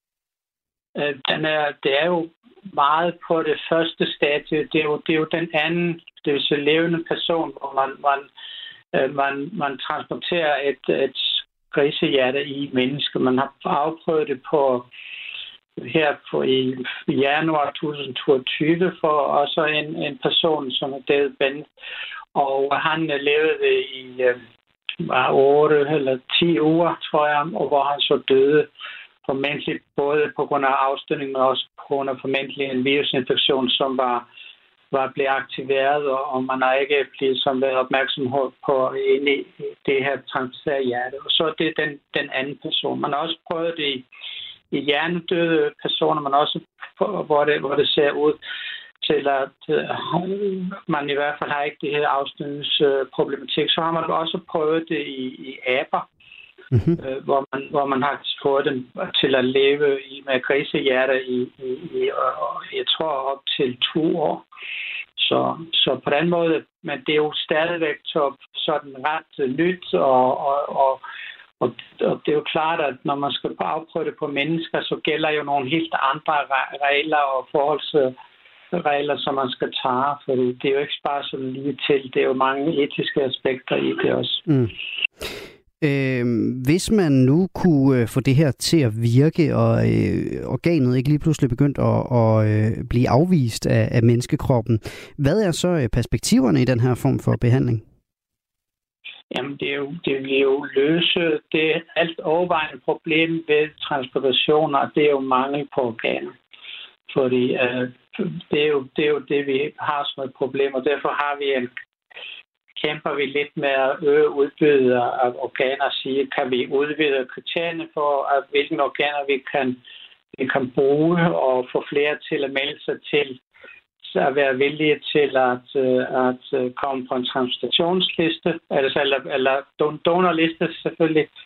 Den er, det er jo meget på det første stadie. Det er jo, det er jo den anden, det vil sige levende person, hvor man, man Man, man transporterer et, et grisehjerte i mennesker. Man har afprøvet det på her på i januar to tusind og toogtyve for også en, en person, som er David Bent. Og han levede i var otte eller ti uger, tror jeg, og hvor han så døde formentlig både på grund af afstødning, men også på grund af formentlig en virusinfektion, som var var blevet aktiveret, og man har ikke blevet som været opmærksom på inde i det her transplanterede hjerte. Og så er det den, den anden person. Man har også prøvet det i, i hjernedøde personer, man også hvor det, hvor det ser ud til, at man i hvert fald har ikke det her afstødningsproblematik. Så har man også prøvet det i, i aber, mm-hmm. øh, hvor, man, hvor man har fået dem til at leve i, med grisehjerter i, i, i og jeg tror op til to år. Så, så på den måde, men det er jo stadigvæk sådan ret nyt, og, og, og, og, og det er jo klart, at når man skal afprøve det på mennesker, så gælder jo nogle helt andre regler og forholdsregler, som man skal tage, for det er jo ikke bare sådan lige til, det er jo mange etiske aspekter i det også. Mm. Øh, hvis man nu kunne øh, få det her til at virke, og øh, organet ikke lige pludselig begyndt at, at øh, blive afvist af, af menneskekroppen, hvad er så perspektiverne i den her form for behandling? Jamen, det, er jo, det vil jo løse det alt overvejende problem ved transplantationer, det er jo mangel på organer. Fordi øh, det, er jo, det er jo det, vi har som et problem, og derfor har vi en kæmper vi lidt med at øge udbydet af organer og sige, kan vi udvide kriterierne for, at hvilke organer vi kan, vi kan bruge og få flere til at melde sig til, at være villige til at, at komme på en transplantationsliste, altså, eller, eller donorliste selvfølgelig,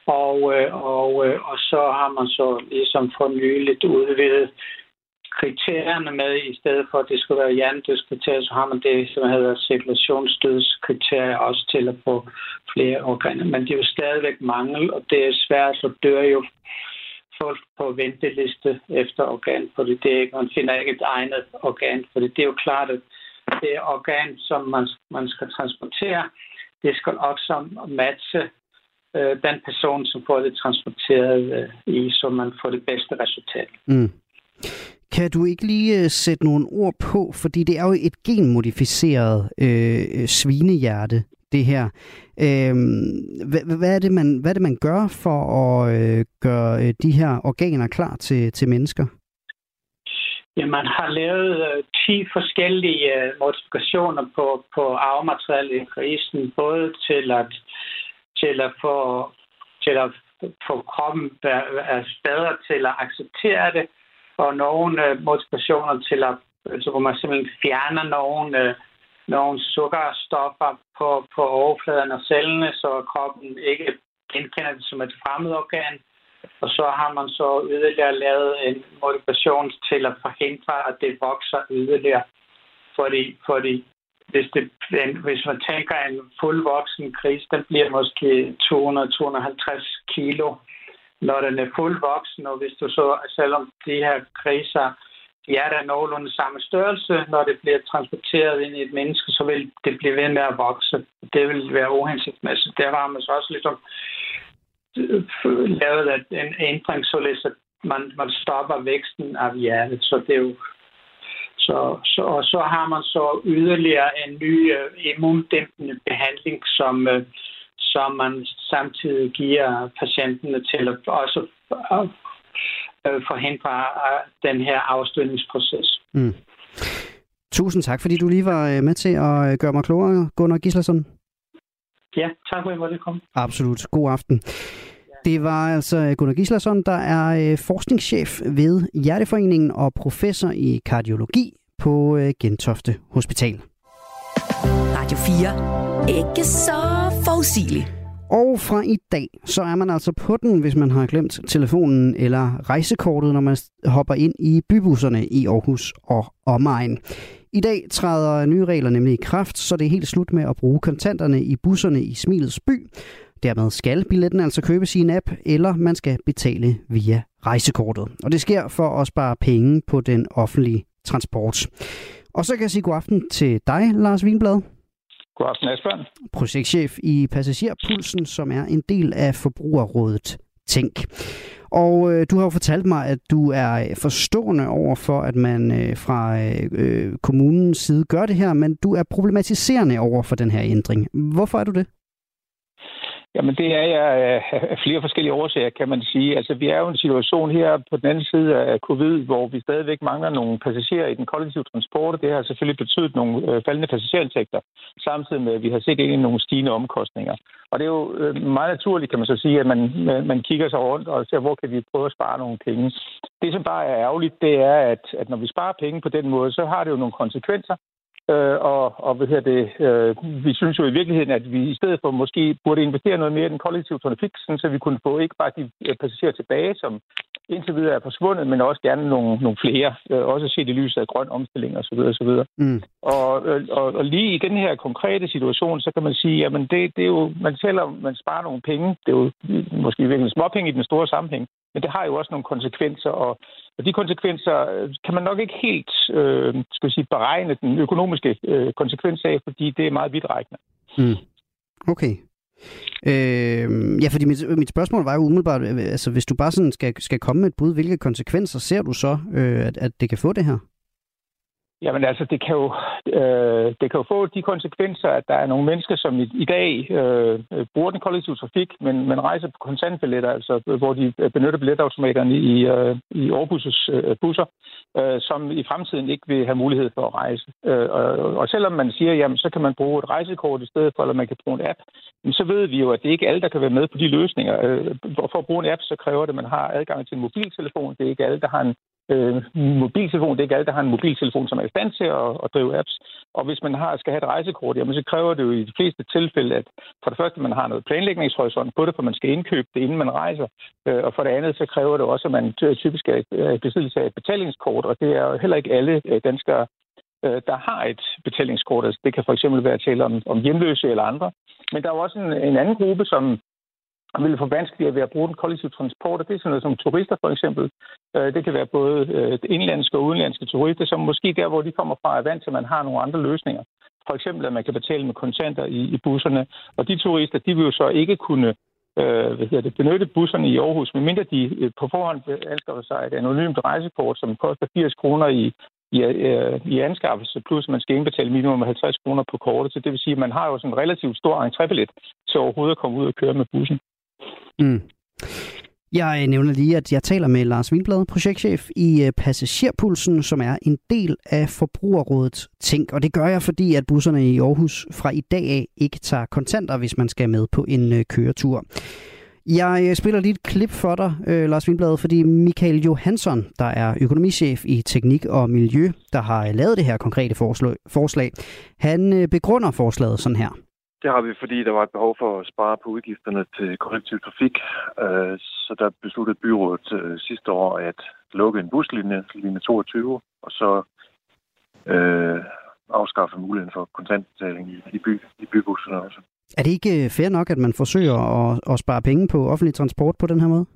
Og, øh, og, øh, og så har man så ligesom for nyligt udvidet kriterierne med, i stedet for, at det skulle være hjernedødskriterier, så har man det, som hedder cirkulationsdødskriterier, også til at få flere organer. Men det er jo stadigvæk mangel, og det er svært, så dør jo folk på venteliste efter organ, fordi det er, man finder ikke et egnet organ, fordi det er jo klart, at det er organ, som man, man skal transportere, det skal også matche øh, den person, som får det transporteret øh, i, så man får det bedste resultat. Mm. Kan du ikke lige uh, sætte nogle ord på, fordi det er jo et genmodificeret øh, svinehjerte, det her. Øh, hvad, hvad, er det, man, hvad er det, man gør for at øh, gøre øh, de her organer klar til, til mennesker? Ja, man har lavet øh, ti forskellige øh, modifikationer på, på arvematerialet i grisen, både til at, til at få til at få kroppen bedre til at acceptere det, og nogle øh, modifikationer til at, altså, hvor man simpelthen fjerner nogle, øh, nogle sukkerstoffer på, på overfladen af cellene, så kroppen ikke genkender det som et fremmedorgan. Og så har man så yderligere lavet en modifikation til at forhindre, at det vokser yderligere. Fordi, fordi hvis, det, hvis man tænker en fuldvoksen gris, den bliver måske to hundrede til to hundrede og halvtreds kilo, når den er fuldvoksen. Og hvis du så, selvom de her griser, de er der nogenlunde samme størrelse, når det bliver transporteret ind i et menneske, så vil det blive ved med at vokse. Det vil være uhensigtsmæssigt. Der har man så også ligesom lavet en ændring, således at man, man stopper væksten af hjertet. Så det er jo så, så, og så har man så yderligere en ny uh, immundæmpende behandling, som, uh, som man samtidig giver patienterne til at også uh, uh, forhindre uh, den her afstødningsproces. Mm. Tusind tak, fordi du lige var med til at gøre mig klogere, Gunnar Gislason. Ja, tak for, at I måtte komme. Absolut. God aften. Det var altså Gunnar Gislason, der er forskningschef ved Hjerteforeningen og professor i kardiologi på Gentofte Hospital. Radio fire. Ikke så forudsigeligt. Og fra i dag, så er man altså på den, hvis man har glemt telefonen eller rejsekortet, når man hopper ind i bybusserne i Aarhus og omegn. I dag træder nye regler nemlig i kraft, så det er helt slut med at bruge kontanterne i busserne i Smilets by. Dermed skal billetten altså købes i en app, eller man skal betale via rejsekortet. Og det sker for at spare penge på den offentlige transport. Og så kan jeg sige god aften til dig, Lars Wienblad. God aften, Asbjørn. Projektchef i Passagerpulsen, som er en del af Forbrugerrådet Tænk. Og øh, du har jo fortalt mig, at du er forstående over for, at man øh, fra øh, kommunens side gør det her, men du er problematiserende over for den her ændring. Hvorfor er du det? Jamen det er jeg af flere forskellige årsager, kan man sige. Altså vi er jo i en situation her på den anden side af covid, hvor vi stadigvæk mangler nogle passagerer i den kollektive transport. Det har selvfølgelig betydet nogle faldende passagerindtægter, samtidig med at vi har set ind i nogle stigende omkostninger. Og det er jo meget naturligt, kan man så sige, at man, man kigger sig rundt og ser, hvor kan vi prøve at spare nogle penge. Det, som bare er ærgerligt, det er, at, at når vi sparer penge på den måde, så har det jo nogle konsekvenser. Øh, og, og hvad hedder det, øh, vi synes jo i virkeligheden, at vi i stedet for måske burde investere noget mere i den kollektive trafik, så vi kunne få ikke bare de passagerer tilbage, som indtil videre er forsvundet, men også gerne nogle, nogle flere, øh, også set i lyset af grøn omstilling osv. osv. Mm. Og, og, og lige i den her konkrete situation, så kan man sige, at det, det er jo, man taler om, man sparer nogle penge, det er jo måske virkelig småpenge i den store sammenhæng, men det har jo også nogle konsekvenser, og, og de konsekvenser kan man nok ikke helt øh, skal sige, beregne den økonomiske øh, konsekvens af, fordi det er meget vidtrækkende. Mm. Okay. Øh, ja, fordi mit, mit spørgsmål var jo umiddelbart, altså hvis du bare sådan skal, skal komme med et bud, hvilke konsekvenser ser du så, øh, at, at det kan få det her? Jamen altså, det kan jo øh, det kan jo få de konsekvenser, at der er nogle mennesker, som i, i dag øh, bruger den kollektive trafik, men, men rejser på kontantbilletter, altså hvor de benytter billetautomaterne i, øh, i Aarhus' øh, busser, øh, som i fremtiden ikke vil have mulighed for at rejse. Øh, og, og selvom man siger, jamen så kan man bruge et rejsekort i stedet for, eller man kan bruge en app, men så ved vi jo, at det ikke er alle, der kan være med på de løsninger. Øh, for at bruge en app, så kræver det, at man har adgang til en mobiltelefon. Det er ikke alle, der har en øh, mobiltelefon. Det er ikke alle, der har en mobiltelefon, som er i stand til at, at drive apps. Og hvis man har, skal have et rejsekort, jamen, så kræver det jo i de fleste tilfælde, at for det første, man har noget planlægningshorisont på det, for man skal indkøbe det, inden man rejser. Øh, og for det andet, så kræver det også, at man typisk er i besiddelse af et betalingskort, og det er jo heller ikke alle øh, danskere, øh, der har et betalingskort. Altså, det kan for eksempel være tale om, om hjemløse eller andre. Men der er jo også en, en anden gruppe, som vil få vanskeligere ved at bruge den kollektive transport, og det er sådan noget som turister for eksempel. Det kan være både indlandske og udenlandske turister, som måske der, hvor de kommer fra, er vant til, at man har nogle andre løsninger. For eksempel, at man kan betale med kontanter i, i busserne. Og de turister, de vil jo så ikke kunne øh, hvad hedder det, benytte busserne i Aarhus, medmindre de på forhånd anskaffer sig et anonymt rejsekort, som koster firs kroner i, i, i anskaffelse, plus man skal indbetale minimum halvtreds kroner på kortet. Så det vil sige, at man har jo sådan en relativt stor entrébillet til overhovedet at komme ud og køre med bussen. Mm. Jeg nævner lige, at jeg taler med Lars Vinblad, projektchef i Passagerpulsen, som er en del af Forbrugerrådet Tænk. Og det gør jeg, fordi at busserne i Aarhus fra i dag af ikke tager kontanter, hvis man skal med på en køretur. Jeg spiller lige et klip for dig, Lars Vinblad, fordi Michael Johansson, der er økonomichef i Teknik og Miljø, der har lavet det her konkrete forslag, han begrunder forslaget sådan her. Det har vi, fordi der var et behov for at spare på udgifterne til kollektiv trafik. Så der besluttede byrådet sidste år at lukke en buslinje, linje toogtyve, og så øh, afskaffe muligheden for kontantbetaling i, i, by, i bybusserne også. Er det ikke fair nok, at man forsøger at, at spare penge på offentlig transport på den her måde?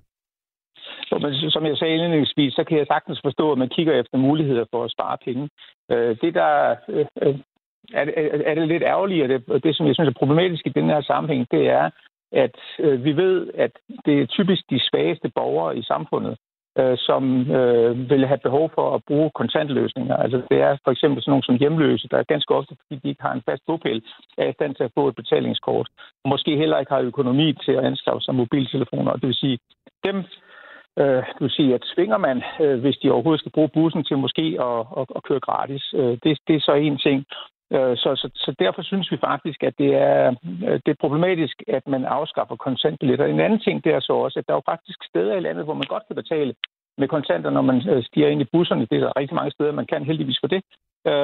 Så, men, som jeg sagde indledningsvis, så kan jeg sagtens forstå, at man kigger efter muligheder for at spare penge. Det, der øh, er, er, er det lidt ærgerligt, og det, det, som jeg synes er problematisk i den her sammenhæng, det er, at øh, vi ved, at det er typisk de svageste borgere i samfundet, øh, som øh, vil have behov for at bruge kontantløsninger. Altså det er for eksempel sådan nogle som hjemløse, der er ganske ofte, fordi de ikke har en fast bopæl, er i stand til at få et betalingskort. Og måske heller ikke har økonomi til at anskaffe sig mobiltelefoner. Det vil sige, dem øh, det vil sige, at tvinger man, øh, hvis de overhovedet skal bruge bussen til måske at, at, at køre gratis. Øh, det, det er så en ting. Så, så, så derfor synes vi faktisk, at det er, det er problematisk, at man afskaffer kontantbilletter. En anden ting, det er så også, at der er jo faktisk steder i landet, hvor man godt kan betale med kontanter, når man stiger ind i busserne. Det er der rigtig mange steder, man kan heldigvis for det.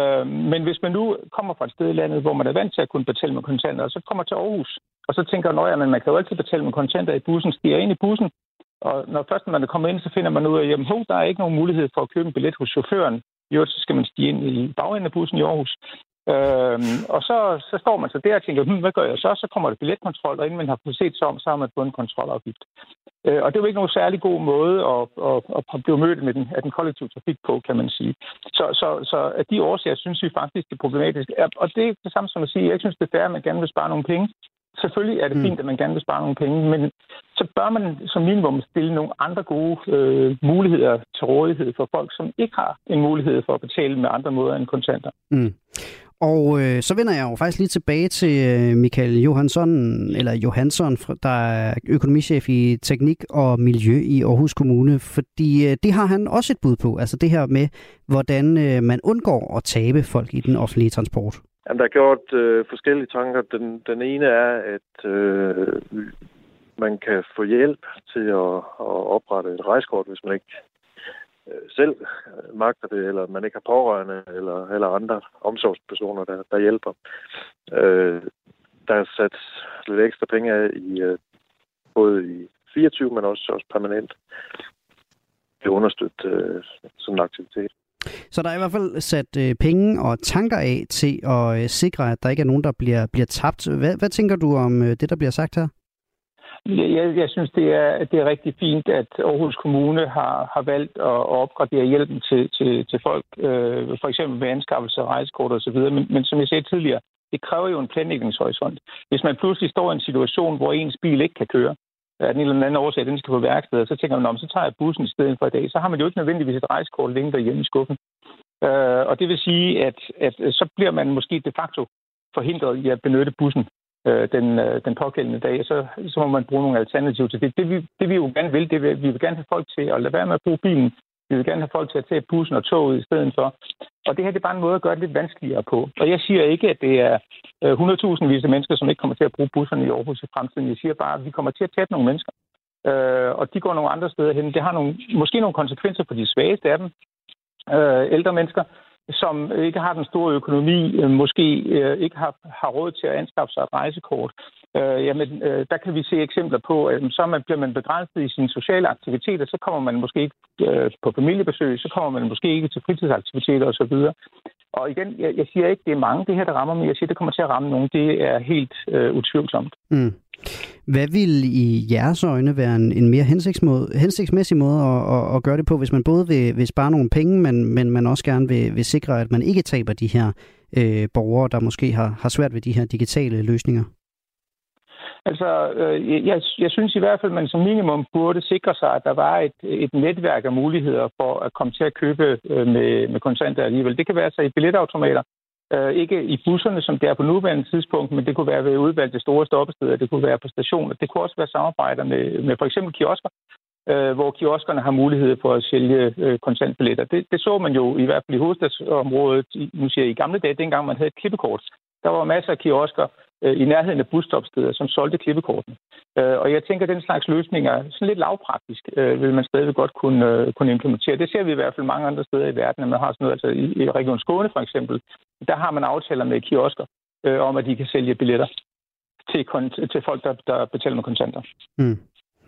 Men hvis man nu kommer fra et sted i landet, hvor man er vant til at kunne betale med kontanter, og så kommer til Aarhus, og så tænker man, at man kan jo altid betale med kontanter i bussen, stiger ind i bussen, og når først man er kommet ind, så finder man ud af, at der er ikke nogen mulighed for at købe en billet hos chaufføren. Jo, så skal man stige ind i bagenden af bussen i Aarhus. Øhm, og så, så står man så der og tænker, hm, hvad gør jeg så? Så kommer der billetkontrol, og inden man har fået set sig om, så har man fået en kontrolafgift. Øh, og det er jo ikke nogen særlig god måde at, at, at blive mødt med den, af den kollektive trafik på, kan man sige. Så, så, så af de årsager synes vi faktisk, det er problematisk. Og det er det samme som at sige, jeg synes, det er fair, at man gerne vil spare nogle penge. Selvfølgelig er det fint, at man gerne vil spare nogle penge, men så bør man som minimum stille nogle andre gode øh, muligheder til rådighed for folk, som ikke har en mulighed for at betale med andre måder end kontanter. Mm. Og øh, så vender jeg jo faktisk lige tilbage til øh, Michael Johansson, eller Johansson, der er økonomichef i Teknik og Miljø i Aarhus Kommune, fordi øh, det har han også et bud på, altså det her med, hvordan øh, man undgår at tabe folk i den offentlige transport. Jamen, der er gjort øh, forskellige tanker. Den, den ene er, at øh, man kan få hjælp til at, at oprette et rejsekort, hvis man ikke øh, selv magter det, eller man ikke har pårørende, eller, eller andre omsorgspersoner, der, der hjælper. Øh, der er sat lidt ekstra penge af i øh, både i fireogtyve, men også, også permanent. Det understøtter øh, sådan en aktivitet. Så der er i hvert fald sat øh, penge og tanker af til at øh, sikre, at der ikke er nogen, der bliver, bliver tabt. Hvad, hvad tænker du om øh, det, der bliver sagt her? Jeg, jeg synes, det er, det er rigtig fint, at Aarhus Kommune har, har valgt at opgradere hjælpen til, til, til folk, øh, for eksempel ved anskaffelse af rejsekort og så videre. Men, men som jeg sagde tidligere, det kræver jo en planlægningshorisont. Hvis man pludselig står i en situation, hvor ens bil ikke kan køre, af en eller anden årsag, den skal på værksted, så tænker man, om så tager jeg bussen i stedet for i dag, så har man jo ikke nødvendigvis et rejsekort liggende derhjemme i skuffen. Øh, og det vil sige, at, at så bliver man måske de facto forhindret i at benytte bussen øh, den, øh, den pågældende dag, så, så må man bruge nogle alternativer til det. Det vi, det vi jo gerne vil, det vil, vi vil gerne have folk til at lade være med at bruge bilen. Vi vil gerne have folk til at tage bussen og toget i stedet for. Og det her det er bare en måde at gøre det lidt vanskeligere på. Og jeg siger ikke, at det er hundredtusindvis af mennesker, som ikke kommer til at bruge busserne i Aarhus i fremtiden. Jeg siger bare, at vi kommer til at tabe nogle mennesker. øh, og de går nogle andre steder hen. Det har nogle, måske nogle konsekvenser for de svageste af dem, øh, ældre mennesker, som ikke har den store økonomi, øh, måske øh, ikke har, har råd til at anskaffe sig et rejsekort. Øh, jamen, øh, der kan vi se eksempler på, at så man, bliver man begrænset i sine sociale aktiviteter, så kommer man måske ikke øh, på familiebesøg, så kommer man måske ikke til fritidsaktiviteter osv. Og igen, jeg, jeg siger ikke, det er mange det her, der rammer, men jeg siger, det kommer til at ramme nogen. Det er helt øh, utvivlsomt. Mm. Hvad vil i jeres øjne være en, en mere hensigtsmæssig måde at, at, at gøre det på, hvis man både vil, vil spare nogle penge, men, men man også gerne vil, vil sikre, at man ikke taber de her øh, borgere, der måske har, har svært ved de her digitale løsninger? Altså, øh, jeg, jeg synes i hvert fald, at man som minimum burde sikre sig, at der var et, et netværk af muligheder for at komme til at købe øh, med, med kontanter alligevel. Det kan være så i billetautomater, øh, ikke i busserne, som det er på nuværende tidspunkt, men det kunne være ved udvalgte store stoppesteder, det kunne være på stationer, det kunne også være samarbejder med, med for eksempel kiosker, øh, hvor kioskerne har mulighed for at sælge øh, kontantbilletter. Det, det så man jo i hvert fald i hovedstadsområdet, i, nu siger jeg, i gamle dage, dengang man havde et klippekort. Der var masser af kiosker i nærheden af busstopsteder, som solgte klippekortene. Og jeg tænker, at den slags løsninger, sådan lidt lavpraktisk, vil man stadig godt kunne, kunne implementere. Det ser vi i hvert fald mange andre steder i verden, at man har sådan noget, altså i Region Skåne for eksempel, der har man aftaler med kiosker om, at de kan sælge billetter til, til folk, der, der betaler med kontanter. Mm.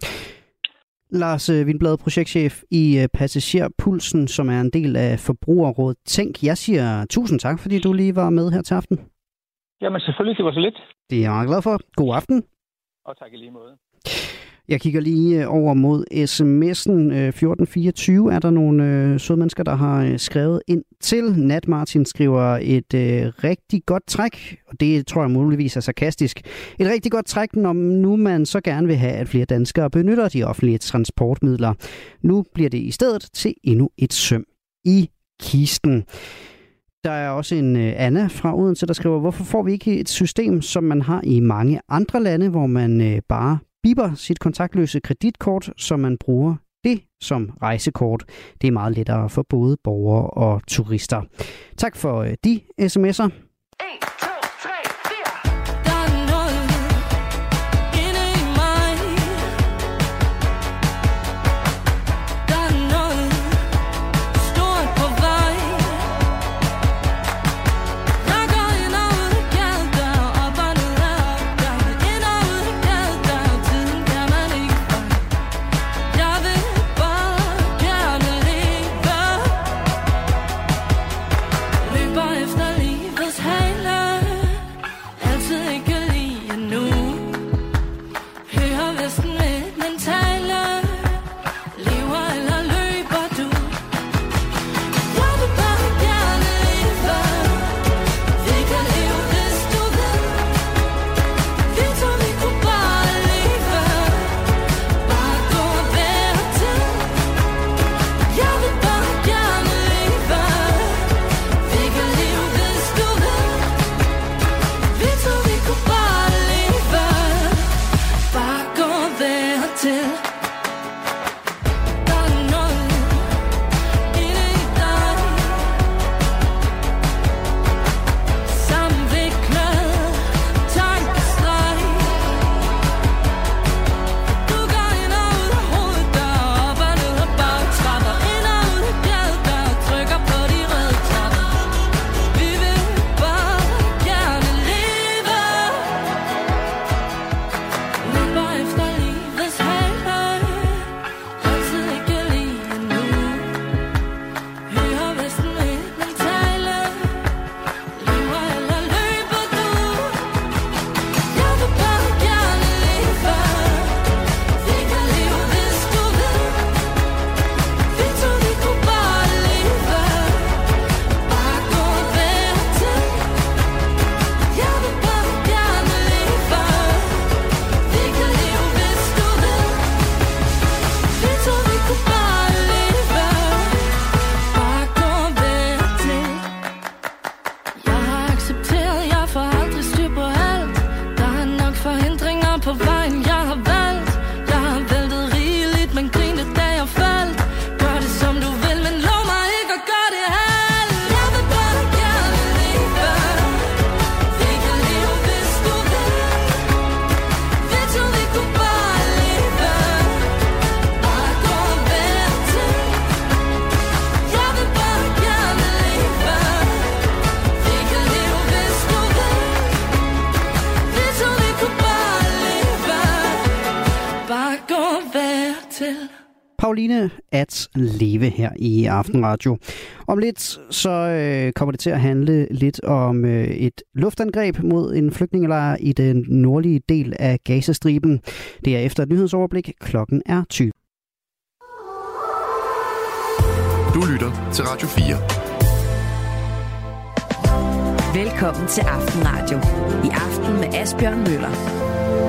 Lars Windblad, projektchef i Passagerpulsen, som er en del af Forbrugerrådet Tænk. Jeg siger tusind tak, fordi du lige var med her til aften. Jamen selvfølgelig, det var så lidt. Det er jeg meget glad for. God aften. Og tak i lige måde. Jeg kigger lige over mod sms'en. fjorten fireogtyve er der nogle øh, søde mennesker, der har skrevet ind til. Nat Martin skriver et øh, rigtig godt træk, og det tror jeg muligvis er sarkastisk. Et rigtig godt træk, når nu man så gerne vil have, at flere danskere benytter de offentlige transportmidler. Nu bliver det i stedet til endnu et søm i kisten. Der er også en Anna fra Odense, der skriver, hvorfor får vi ikke et system, som man har i mange andre lande, hvor man bare biber sit kontaktløse kreditkort, så man bruger det som rejsekort. Det er meget lettere for både borgere og turister. Tak for de sms'er. Efter livets hale til. Pauline at leve her i Aftenradio. Om lidt så øh, kommer det til at handle lidt om øh, et luftangreb mod en flygtningelejr i den nordlige del af Gazastriben. Det er efter et nyhedsoverblik. Klokken er tyve. Du lytter til Radio fire. Velkommen til Aftenradio. I aften med Asbjørn Møller.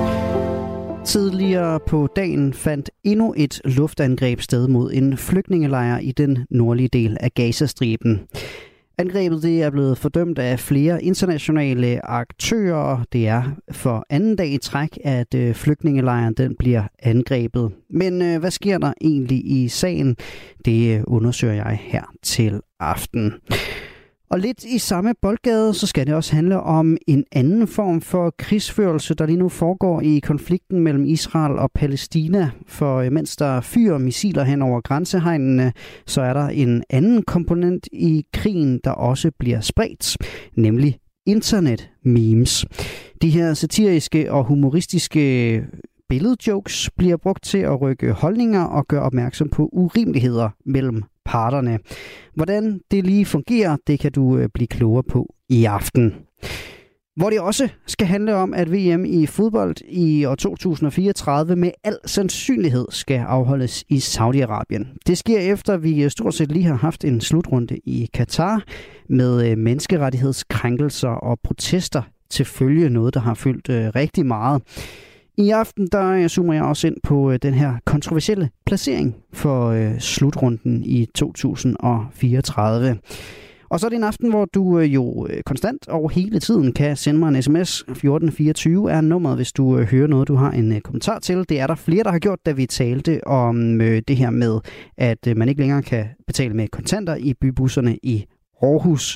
Tidligere på dagen fandt endnu et luftangreb sted mod en flygtningelejr i den nordlige del af Gazastriben. Angrebet det er blevet fordømt af flere internationale aktører. Det er for anden dag i træk, at flygtningelejren den bliver angrebet. Men hvad sker der egentlig i sagen? Det undersøger jeg her til aften. Og lidt i samme boldgade, så skal det også handle om en anden form for krigsførelse, der lige nu foregår i konflikten mellem Israel og Palæstina. For mens der fyrer missiler hen over grænsehegnene, så er der en anden komponent i krigen, der også bliver spredt, nemlig internet-memes. De her satiriske og humoristiske billedjokes bliver brugt til at rykke holdninger og gøre opmærksom på urimeligheder mellem parterne. Hvordan det lige fungerer, det kan du blive klogere på i aften. Hvor det også skal handle om, at V M i fodbold i år to tusind og fireogtredive med al sandsynlighed skal afholdes i Saudi-Arabien. Det sker efter, at vi stort set lige har haft en slutrunde i Katar med menneskerettighedskrænkelser og protester til følge, noget der har fyldt rigtig meget. I aften der zoomer jeg også ind på den her kontroversielle placering for øh, slutrunden i to tusind og fireogtredive. Og så er det en aften, hvor du øh, jo konstant og hele tiden kan sende mig en sms. fjorten fireogtyve er nummeret, hvis du øh, hører noget, du har en øh, kommentar til. Det er der flere, der har gjort, da vi talte om øh, det her med, at øh, man ikke længere kan betale med kontanter i bybusserne i Aarhus.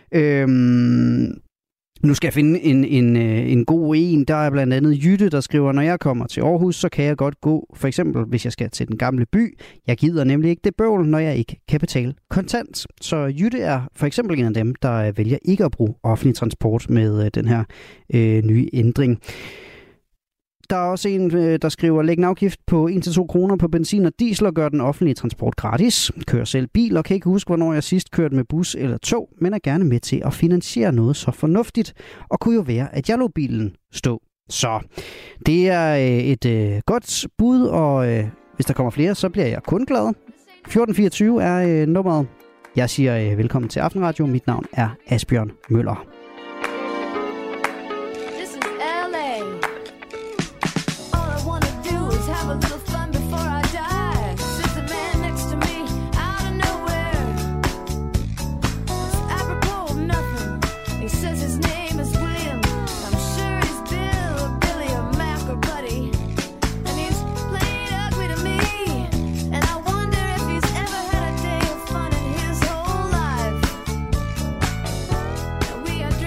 Øhm Nu skal jeg finde en, en, en god en. Der er blandt andet Jytte, der skriver, når jeg kommer til Aarhus, så kan jeg godt gå, for eksempel hvis jeg skal til den gamle by. Jeg gider nemlig ikke det bøvl, når jeg ikke kan betale kontant. Så Jytte er for eksempel en af dem, der vælger ikke at bruge offentlig transport med den her øh, nye ændring. Der er også en, der skriver, læg en afgift på en til to kroner på benzin og diesel og gør den offentlige transport gratis. Kører selv bil og kan ikke huske, hvornår jeg sidst kørte med bus eller tog, men er gerne med til at finansiere noget så fornuftigt, og kunne jo være, at jeg lå bilen stå. Så det er et øh, godt bud, og øh, hvis der kommer flere, så bliver jeg kun glad. fjorten fireogtyve er øh, nummeret. Jeg siger øh, velkommen til Aftenradio. Mit navn er Asbjørn Møller. We are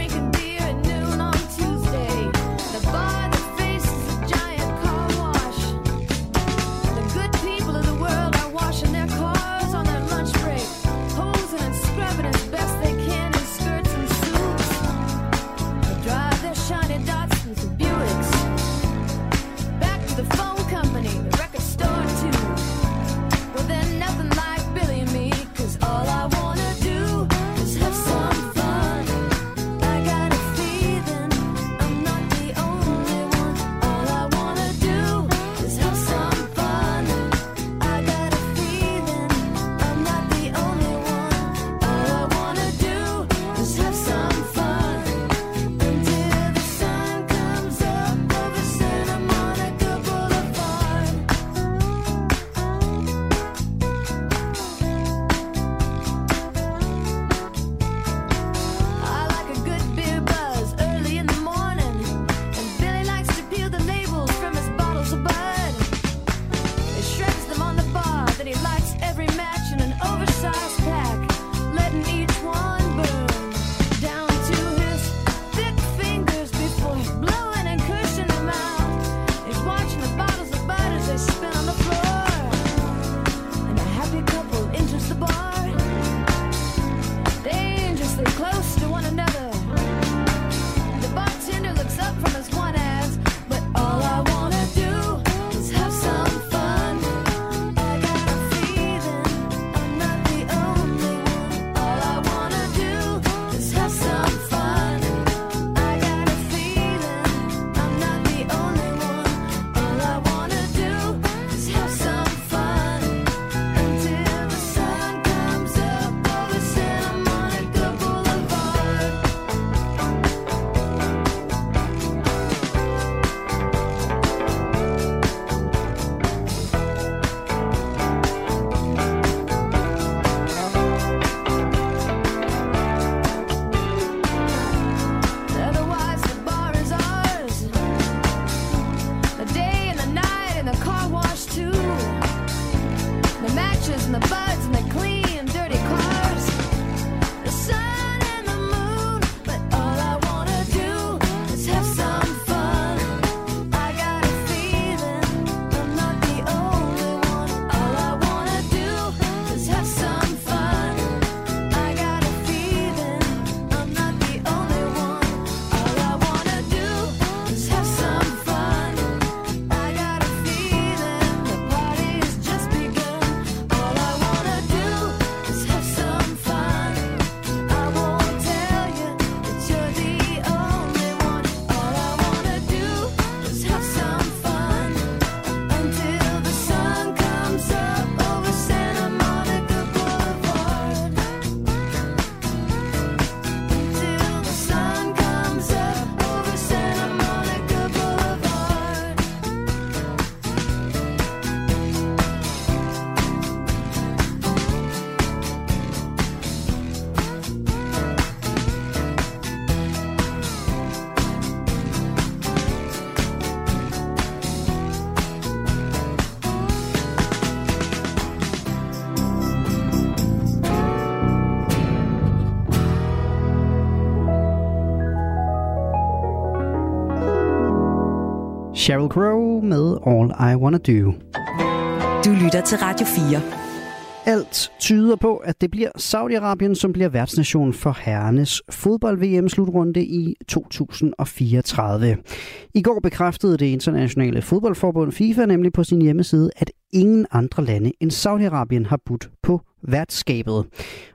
Sheryl Crow med All I Wanna Do. Du lytter til Radio fire. Alt tyder på, at det bliver Saudi-Arabien, som bliver værtsnation for herrenes fodbold-V M-slutrunde i to tusind fireogtredive. I går bekræftede det internationale fodboldforbund FIFA nemlig på sin hjemmeside, at ingen andre lande end Saudi-Arabien har budt på værtskabet.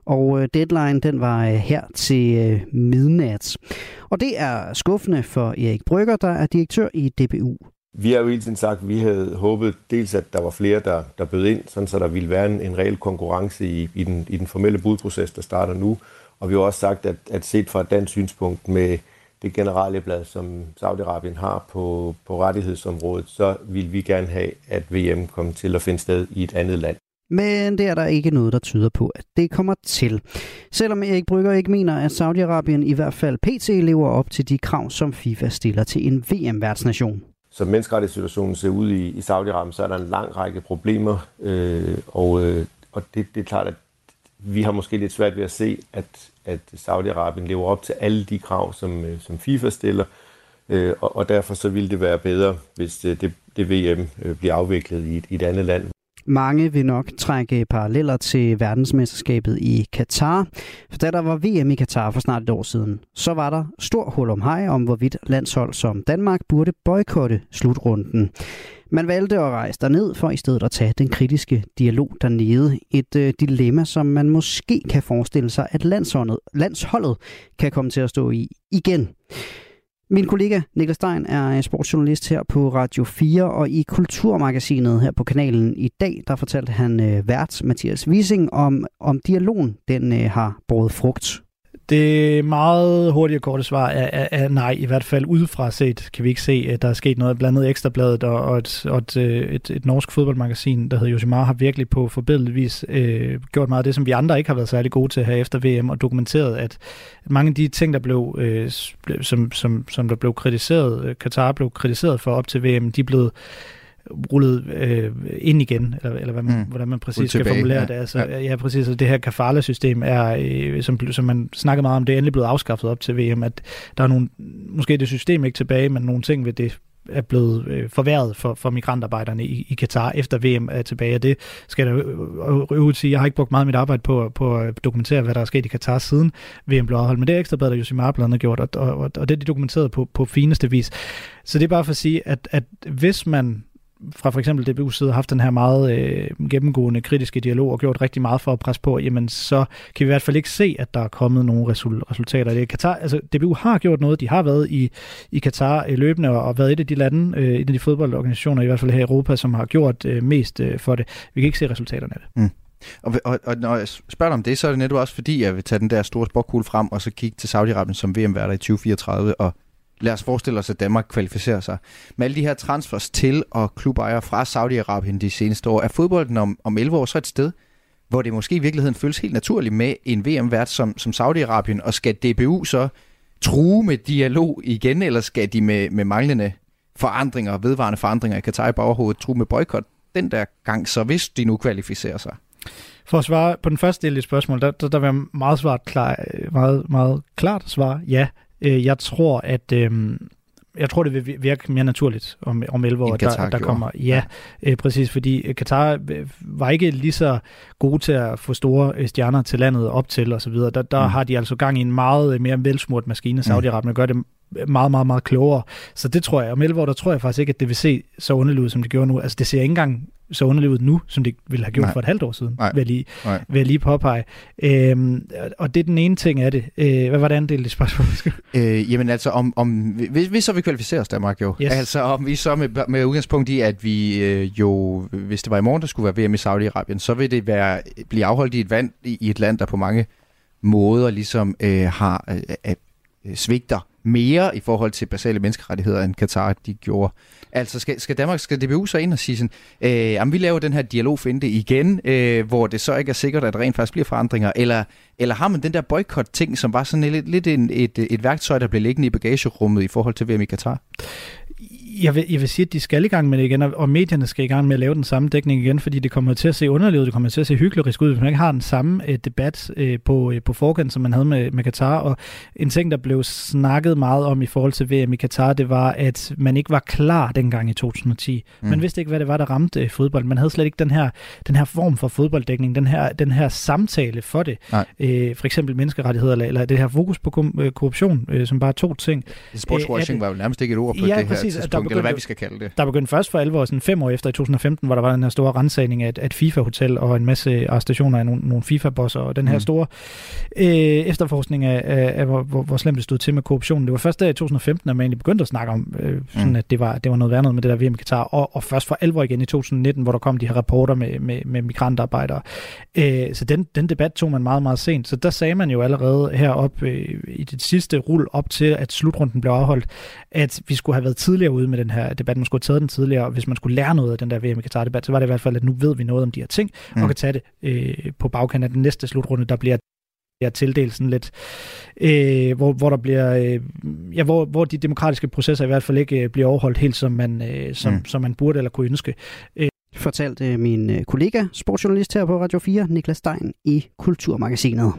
Og deadline den var her til midnat. Og det er skuffende for Erik Brygger, der er direktør i D B U. Vi har jo hele tiden sagt, at vi havde håbet dels, at der var flere, der, der bød ind, sådan så der ville være en, en reel konkurrence i, i, den, i den formelle budproces, der starter nu. Og vi har også sagt, at, at set fra et dansk synspunkt med det generelle blad, som Saudi-Arabien har på, på rettighedsområdet, så vil vi gerne have, at V M kommer til at finde sted i et andet land. Men det er der ikke noget, der tyder på, at det kommer til. Selvom Erik Brygger ikke mener, at Saudi-Arabien i hvert fald pt. Lever op til de krav, som FIFA stiller til en V M-værtsnation. Som menneskerettighedssituationen ser ud i, i Saudi-Arabien, så er der en lang række problemer, øh, og, øh, og det, det er klart, at vi har måske lidt svært ved at se, at, at Saudi-Arabien lever op til alle de krav, som, øh, som FIFA stiller, øh, og, og derfor så ville det være bedre, hvis det, det, det V M øh, bliver afviklet i et, i et andet land. Mange vil nok trække paralleller til verdensmesterskabet i Katar. For da der var V M i Katar for snart et år siden, så var der stor hul om hej om, hvorvidt landshold som Danmark burde boykotte slutrunden. Man valgte at rejse derned for i stedet at tage den kritiske dialog dernede. Et øh, dilemma, som man måske kan forestille sig, at landsholdet, landsholdet kan komme til at stå i igen. Min kollega Niklas Stein er sportsjournalist her på Radio fire, og i Kulturmagasinet her på kanalen i dag, der fortalte han øh, vært Mathias Wissing om, om dialogen, den øh, har båret frugt. Det meget hurtige korte svar er, er, er nej, i hvert fald udefra set kan vi ikke se, at der er sket noget. Blandt andet Ekstrabladet og, og, et, og et, et, et norsk fodboldmagasin, der hedder Josimar, har virkelig på forbedret vis øh, gjort meget af det, som vi andre ikke har været særlig gode til her efter V M, og dokumenteret, at mange af de ting, der blev, øh, som, som, som der blev kritiseret, Katar blev kritiseret for op til V M, de er blevet rullet øh, ind igen, eller, eller hvad man, mm. hvordan man præcis skal formulere ja. det. Altså, ja. ja, præcis. Altså, det her kafala-system er, øh, som, som man snakker meget om, det er endelig blevet afskaffet op til V M, at der er nogle, måske det system ikke tilbage, men nogle ting ved det er blevet øh, forværret for, for migrantarbejderne i, i Katar, efter V M er tilbage. Og det skal jeg øvrigt sige, jeg har ikke brugt meget af mit arbejde på, på at dokumentere, hvad der er sket i Katar siden V M blev afholdt, men det er Ekstrabladet og Josimar blandt andet gjort, og, og, og, og det er de dokumenteret på, på fineste vis. Så det er bare for at sige, at, at hvis man fra for eksempel D B U's side har haft den her meget øh, gennemgående kritiske dialog og gjort rigtig meget for at presse på, jamen så kan vi i hvert fald ikke se, at der er kommet nogle resultater. Det er Katar, altså D B U har gjort noget, de har været i, i Katar øh, løbende og, og været et af de lande, øh, et af de fodboldorganisationer, i hvert fald her i Europa, som har gjort øh, mest øh, for det. Vi kan ikke se resultaterne af det. Mm. Og, og, og når jeg spørger om det, så er det netop også fordi, jeg vil tage den der store sportkugle frem og så kigge til Saudi-Arabien som V M-værter i tyve fireogtredive, og lad os forestille os, at Danmark kvalificerer sig. Med alle de her transfers til og klubejere fra Saudi-Arabien de seneste år, er fodbolden om, om elleve år så et sted, hvor det måske i virkeligheden føles helt naturligt med en V M-vært som, som Saudi-Arabien, og skal D B U så true med dialog igen, eller skal de med, med manglende forandringer, vedvarende forandringer i Katar i baghovedet, true med boykot den der gang, så hvis de nu kvalificerer sig? For at svare på den første del af spørgsmålet, der, der, der vil jeg meget, svart, klar, meget, meget klart svare ja. Jeg tror, at øh, jeg tror, det vil virke mere naturligt om, om elleve år, der, der kommer. Ja, ja. Øh, præcis, fordi Katar var ikke lige så gode til at få store stjerner til landet op til osv. Der, der mm. har de altså gang i en meget mere velsmurt maskine. Saudi-Arabien gør det meget, meget, meget klogere. Så det tror jeg. Om elleve år, der tror jeg faktisk ikke, at det vil se så underligt ud, som det gjorde nu. Altså, det ser ikke engang så underligt ud nu, som det ville have gjort Nej. for et halvt år siden, vil jeg lige, vil jeg lige påpege. Øhm, og det er den ene ting af det. Øh, hvad var det anden del af spørgsmålet? Øh, jamen altså, om, om, hvis, hvis så vi kvalificerer os, Danmark jo. Yes. Altså, om vi så med, med udgangspunkt i, at vi øh, jo, hvis det var i morgen, der skulle være V M i Saudi-Arabien, så vil det være, blive afholdt i et, vand, i, i et land, der på mange måder ligesom øh, har øh, øh, svigter mere i forhold til basale menneskerettigheder, end Katar de gjorde. Altså skal, skal Danmark, skal D B U så ind og sige sådan, øh, jamen vi laver den her dialogfinte igen, øh, hvor det så ikke er sikkert, at der rent faktisk bliver forandringer, eller, eller har man den der boykot-ting, som var sådan lidt, lidt en, et, et værktøj, der blev liggende i bagagerummet i forhold til V M i Katar? Jeg vil, jeg vil sige, at de skal i gang med det igen, og medierne skal i gang med at lave den samme dækning igen, fordi det kommer til at se underligt ud, det kommer til at se hyklerisk ud, hvis man ikke har den samme øh, debat øh, på, øh, på forkant, som man havde med, med Katar. Og en ting, der blev snakket meget om i forhold til V M i Katar, det var, at man ikke var klar dengang i to tusind og ti. Mm. Man vidste ikke, hvad det var, der ramte øh, fodbold. Man havde slet ikke den her, den her form for fodbolddækning, den her, den her samtale for det. Øh, for eksempel menneskerettigheder, eller, eller det her fokus på korruption, øh, som bare to ting. Sportswashing var jo nærmest ikke et ord på ja, det her præcis, tidspunkt, eller hvad vi skal kalde det. Der begyndte først for alvor, sådan fem år efter i to tusind og femten, hvor der var den her store ransagning af et, et FIFA-hotel og en masse arrestationer af nogle, nogle FIFA-bosser, og den her mm. store øh, efterforskning af, af, af hvor, hvor, hvor slemt det stod til med korruption. Det var først der i to tusind og femten, at man egentlig begyndte at snakke om, øh, sådan, mm. at det var, det var noget værd noget med det der V M i Katar, og, og først for alvor igen i to tusind og nitten, hvor der kom de her rapporter med, med, med migrantarbejdere. Øh, så den, den debat tog man meget, meget sent. Så der sagde man jo allerede heroppe øh, i det sidste rul op til, at slutrunden blev afholdt, at vi skulle have været tidligere ude med den her debat. Man skulle have taget den tidligere, og hvis man skulle lære noget af den der V M i Katar-debat, så var det i hvert fald, at nu ved vi noget om de her ting, mm. og kan tage det øh, på bagkant af den næste slutrunde, der bliver jeg tildelt sådan lidt, øh, hvor, hvor der bliver, øh, ja, hvor, hvor de demokratiske processer i hvert fald ikke øh, bliver overholdt helt, som man, øh, som, mm. som man burde eller kunne ønske. Øh. Fortalte min kollega, sportsjournalist her på Radio fire, Niklas Stein, i Kulturmagasinet.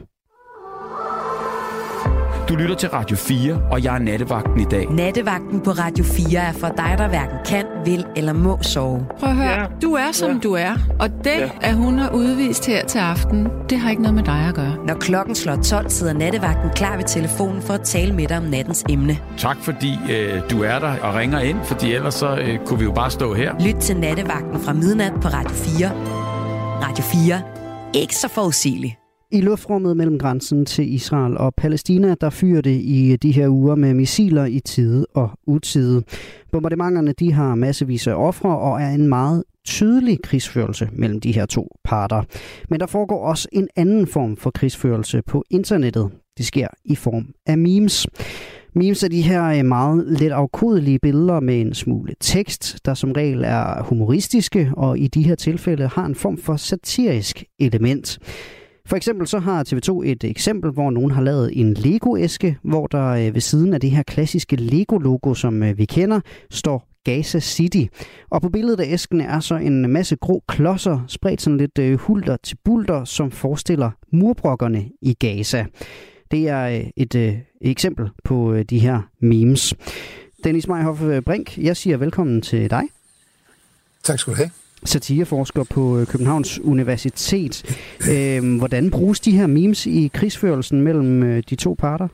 Du lytter til Radio fire, og jeg er nattevagten i dag. Nattevagten på Radio fire er for dig, der hverken kan, vil eller må sove. Prøv at høre, ja. Du er som ja. du er, og det, ja. at hun har udvist her til aften, det har ikke noget med dig at gøre. Når klokken slår tolv, sidder nattevagten klar ved telefonen for at tale med dig om nattens emne. Tak fordi øh, du er der og ringer ind, fordi ellers så øh, kunne vi jo bare stå her. Lyt til nattevagten fra midnat på Radio fire. Radio fire. Ikke så forudsigeligt. I luftrummet mellem grænsen til Israel og Palæstina, der fyrer det i de her uger med missiler i tide og utide. Bombardementerne de har massevis af ofre og er en meget tydelig krigsførelse mellem de her to parter. Men der foregår også en anden form for krigsførelse på internettet. Det sker i form af memes. Memes er de her meget let afkodelige billeder med en smule tekst, der som regel er humoristiske og i de her tilfælde har en form for satirisk element. For eksempel så har T V to et eksempel, hvor nogen har lavet en Lego-æske, hvor der ved siden af det her klassiske Lego-logo, som vi kender, står Gaza City. Og på billedet af æsken er så en masse grå klodser, spredt sådan lidt hulter til bulter, som forestiller murbrokkerne i Gaza. Det er et, et eksempel på de her memes. Dennis Meyhoff Brink, jeg siger velkommen til dig. Tak skal du have. Satireforsker på Københavns Universitet. Øh, hvordan bruges de her memes i krigsførelsen mellem de to parter?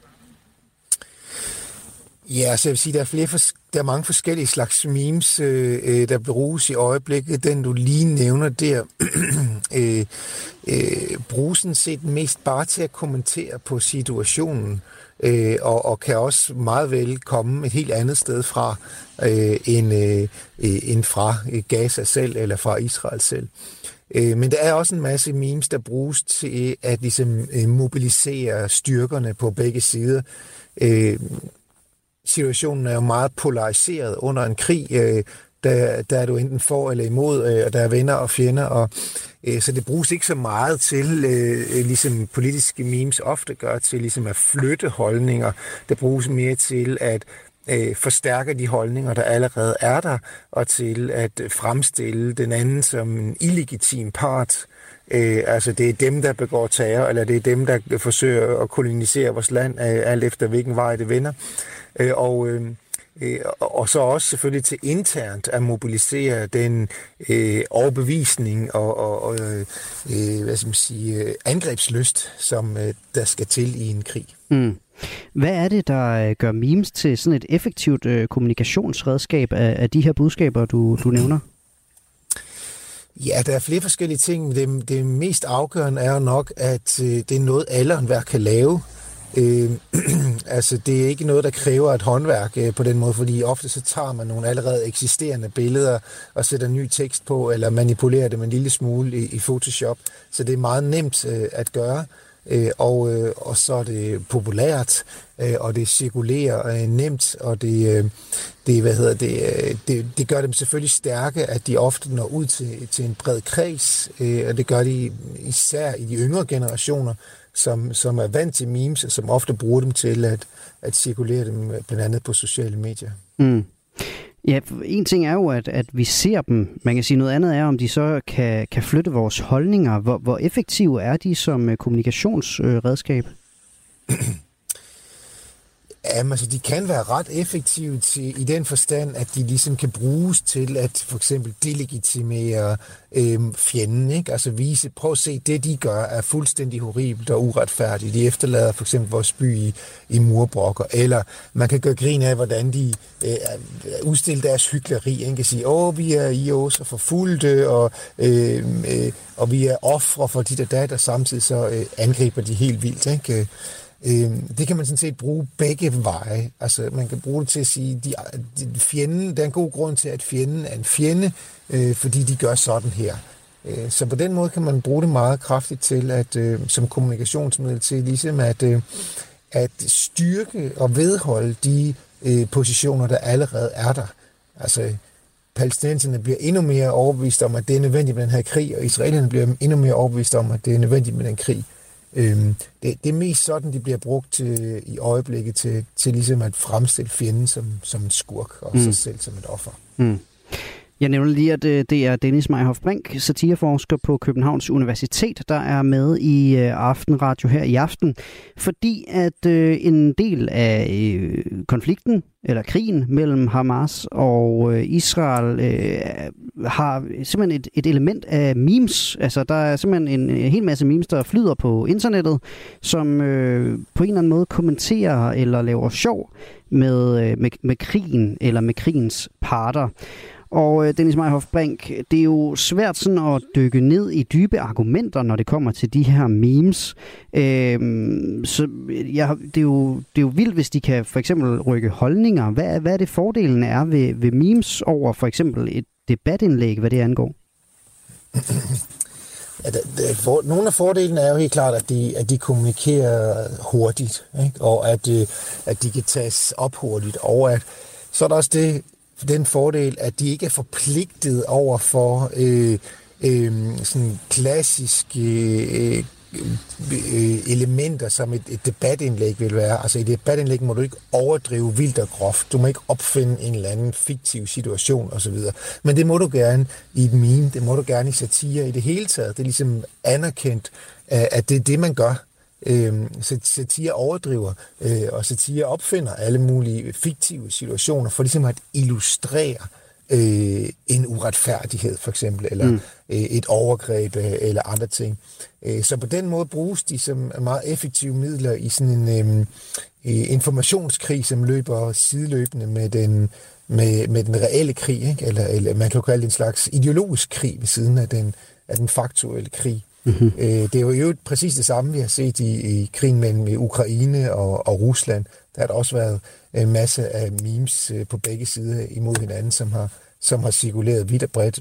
Ja, så jeg vil sige, der er, flere fors- der er mange forskellige slags memes, øh, der bruges i øjeblikket. Den, du lige nævner der, øh, øh, bruges sådan set mest bare til at kommentere på situationen, øh, og, og kan også meget vel komme et helt andet sted fra, øh, end, øh, end fra Gaza selv, eller fra Israel selv. Øh, men der er også en masse memes, der bruges til at ligesom, øh, mobilisere styrkerne på begge sider. Øh, Situationen er jo meget polariseret under en krig. Øh, der, der er du enten for eller imod, øh, og der er venner og fjender. Og, øh, så det bruges ikke så meget til, øh, ligesom politiske memes ofte gør, til ligesom at flytte holdninger. Det bruges mere til at øh, forstærke de holdninger, der allerede er der, og til at fremstille den anden som en illegitim part. Øh, altså det er dem, der begår terror, eller det er dem, der forsøger at kolonisere vores land, øh, alt efter hvilken vej det vender. Øh, og, øh, og så også selvfølgelig til internt at mobilisere den øh, overbevisning og, og, og øh, hvad skal man sige, angrebslyst, som øh, der skal til i en krig. Mm. Hvad er det, der gør memes til sådan et effektivt øh, kommunikationsredskab af, af de her budskaber, du, du nævner? Ja, der er flere forskellige ting. Det, det mest afgørende er jo nok, at øh, det er noget, alle og enhver kan lave. Øh, altså, det er ikke noget, der kræver et håndværk øh, på den måde, fordi ofte så tager man nogle allerede eksisterende billeder og sætter ny tekst på, eller manipulerer det med en lille smule i, i Photoshop. Så det er meget nemt øh, at gøre. Øh, og, øh, og så er det populært, øh, og det cirkulerer øh, nemt, og det, øh, det, hvad hedder det, øh, det, det gør dem selvfølgelig stærke, at de ofte når ud til, til en bred kreds, øh, og det gør de især i de yngre generationer, som, som er vant til memes, og som ofte bruger dem til at, at cirkulere dem blandt andet på sociale medier. Mm. Ja, en ting er jo, at, at vi ser dem. Man kan sige noget andet er, om de så kan, kan flytte vores holdninger. Hvor, hvor effektive er de som kommunikationsredskab? Jamen, altså, de kan være ret effektive til, i den forstand, at de ligesom kan bruges til at for eksempel delegitimere øhm, fjenden, ikke? Altså vise, prøv at se, det de gør er fuldstændig horribelt og uretfærdigt. De efterlader for eksempel vores by i, i murbrokker, eller man kan gøre grin af, hvordan de øh, udstiller deres hykleri, ikke? Kan sige, åh, vi er i os og forfulgte, og, øh, øh, og vi er ofre for dit og dat, og samtidig så øh, angriber de helt vildt, ikke? Det kan man sådan set bruge begge veje. Altså, man kan bruge det til at sige, at de, de, fjenden, der er en god grund til, at fjenden er en fjende, øh, fordi de gør sådan her. Øh, så på den måde kan man bruge det meget kraftigt til, at øh, som kommunikationsmiddel til ligesom at, øh, at styrke og vedholde de øh, positioner, der allerede er der. Altså, palæstinenserne bliver endnu mere overbevist om, at det er nødvendigt med den her krig, og israelerne bliver endnu mere overbevist om, at det er nødvendigt med den krig. Øhm, det, det er mest sådan, de bliver brugt til, i øjeblikket til, til ligesom at fremstille fjenden som, som en skurk, og mm. sig selv som et offer. Mm. Jeg nævner lige, at det er Dennis Meyhoff Brink, satireforsker på Københavns Universitet, der er med i Aftenradio her i aften, fordi at en del af konflikten, eller krigen mellem Hamas og Israel, har simpelthen et, et element af memes. Altså, der er simpelthen en, en hel masse memes, der flyder på internettet, som øh, på en eller anden måde kommenterer eller laver sjov med, med, med krigen, eller med krigens parter. Og Dennis Meyhoff Brink, det er jo svært sådan at dykke ned i dybe argumenter, når det kommer til de her memes. Øhm, så ja, det, er jo, det er jo vildt, hvis de kan for eksempel rykke holdninger. Hvad, hvad er det fordelen er ved, ved memes over for eksempel et debatindlæg, hvad det angår? Ja, det, det, for, nogle af fordelene er jo helt klart, at de, at de kommunikerer hurtigt, ikke? Og at, at de kan tages op hurtigt, og at så er der også det, den fordel, at de ikke er forpligtet over for øh, øh, sådan klassiske øh, øh, elementer, som et, et debatindlæg vil være. Altså i et debatindlæg må du ikke overdrive vildt og groft. Du må ikke opfinde en eller anden fiktiv situation osv. Men det må du gerne i et meme, det må du gerne i satire i det hele taget. Det er ligesom anerkendt, at det er det, man gør. Øhm, satire overdriver, øh, og satire opfinder alle mulige fiktive situationer for ligesom at illustrere øh, en uretfærdighed for eksempel, eller mm. øh, et overgreb øh, eller andre ting. Øh, så på den måde bruges de som meget effektive midler i sådan en øh, informationskrig, som løber sideløbende med den, med, med den reelle krig, ikke? Eller, eller man kan jo kalde det en slags ideologisk krig ved siden af den, af den faktuelle krig. Mm-hmm. Øh, det er jo jo præcis det samme, vi har set i, i krigen mellem Ukraine og, og Rusland. Der har der også været en masse af memes øh, på begge sider imod hinanden, som har, som har cirkuleret vidt og bredt.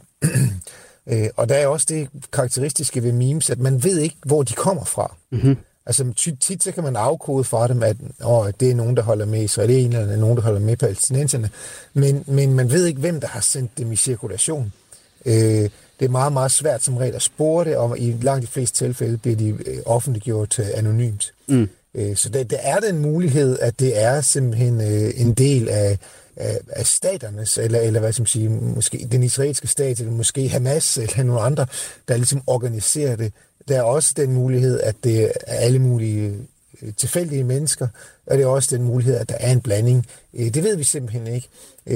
øh, og der er også det karakteristiske ved memes, at man ved ikke, hvor de kommer fra. Mm-hmm. Altså tit, tit så kan man afkode fra dem, at åh, det er nogen, der holder med israelerne, eller nogen, der holder med palæstinenserne. Men, men man ved ikke, hvem der har sendt dem i cirkulation. Øh, det er meget, meget svært som regel at spore det, og i langt de fleste tilfælde bliver de offentliggjort anonymt. Mm. Øh, så der, der er den mulighed, at det er simpelthen øh, en del af, af, af staternes, eller, eller hvad skal man sige, måske den israelske stat, eller måske Hamas, eller nogle andre, der ligesom organiserer det. Der er også den mulighed, at det er alle mulige tilfældige mennesker, og det er også den mulighed, at der er en blanding. Det ved vi simpelthen ikke.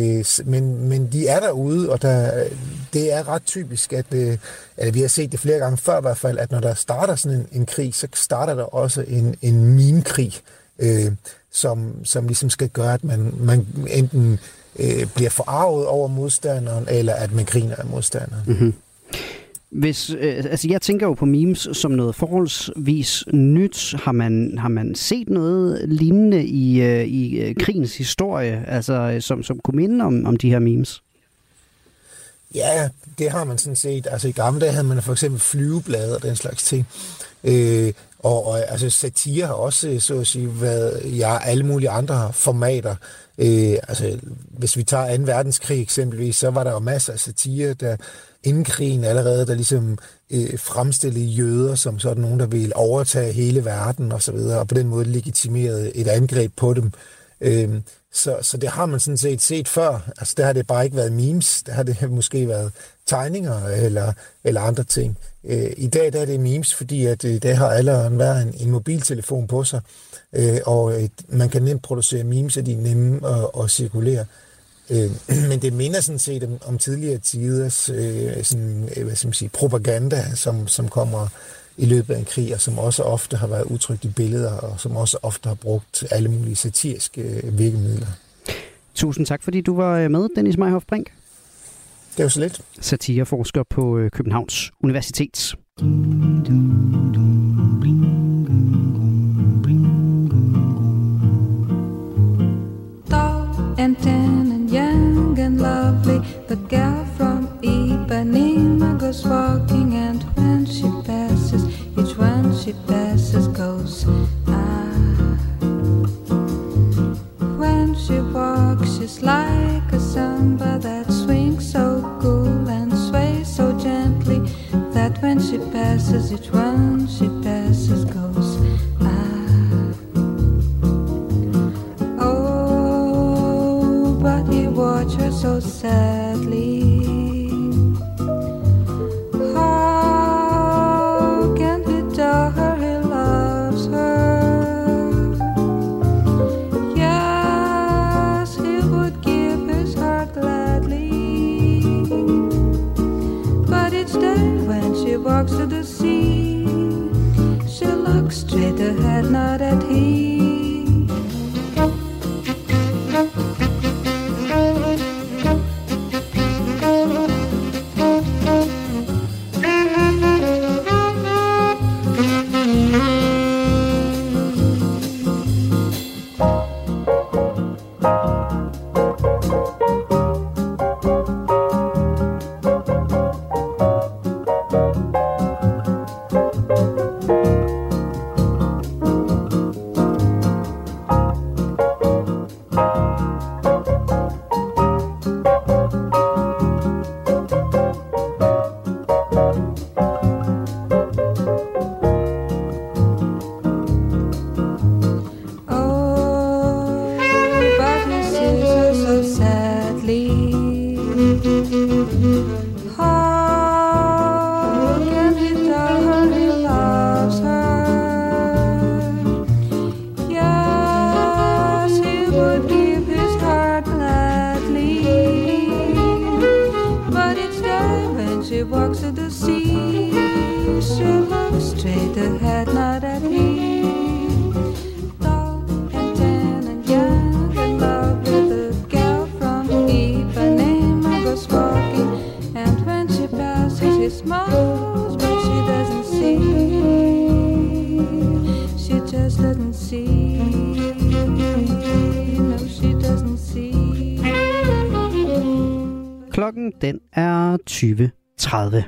Men, men de er derude, og der, det er ret typisk, at, at vi har set det flere gange før i hvert fald, at når der starter sådan en, en krig, så starter der også en, en meme-krig, øh, som, som ligesom skal gøre, at man, man enten øh, bliver forarvet over modstanderen, eller at man griner af modstanderen. Mm-hmm. Hvis, øh, altså jeg tænker jo på memes som noget forholdsvis nyt. Har man, har man set noget lignende i, øh, i øh, krigens historie, altså som, som kunne minde om, om de her memes? Ja, det har man sådan set. Altså i gamle dage havde man for eksempel flyveblade og den slags ting. Øh, og, og altså satire har også, så at sige, været ja, alle mulige andre formater. Øh, altså hvis vi tager anden verdenskrig eksempelvis, så var der jo masser af satire, der inden krigen allerede, der ligesom øh, fremstillede jøder som sådan nogen, der ville overtage hele verden og så videre, og på den måde legitimerede et angreb på dem. Øh, så, så det har man sådan set set før. Altså der har det bare ikke været memes, der har det måske været tegninger eller, eller andre ting. Øh, I dag der er det memes, fordi at i dag har alle været en, en mobiltelefon på sig, øh, og et, man kan nemt producere memes, og de er nemme at, at cirkulere. Øh, men det minder sådan set om, om tidligere tiders øh, sådan, hvad skal man sige, propaganda, som, som kommer i løbet af en krig, og som også ofte har været udtrykt i billeder, og som også ofte har brugt alle mulige satiriske øh, virkemidler. Tusind tak, fordi du var med, Dennis Meyhoff Brink. Det var så lidt. Satireforsker på øh, Københavns Universitet. And tan and young and lovely, the girl from Ipanema goes walking, and when she passes, each one she passes goes ah. When she walks, she's like a samba that swings so cool and sways so gently, that when she passes, each one she passes goes ah. Watch her so sadly. How can he tell her he loves her? Yes, he would give his heart gladly. But each day when she walks to the sea, she looks straight ahead, not at him. Klokken den er tyve tredive.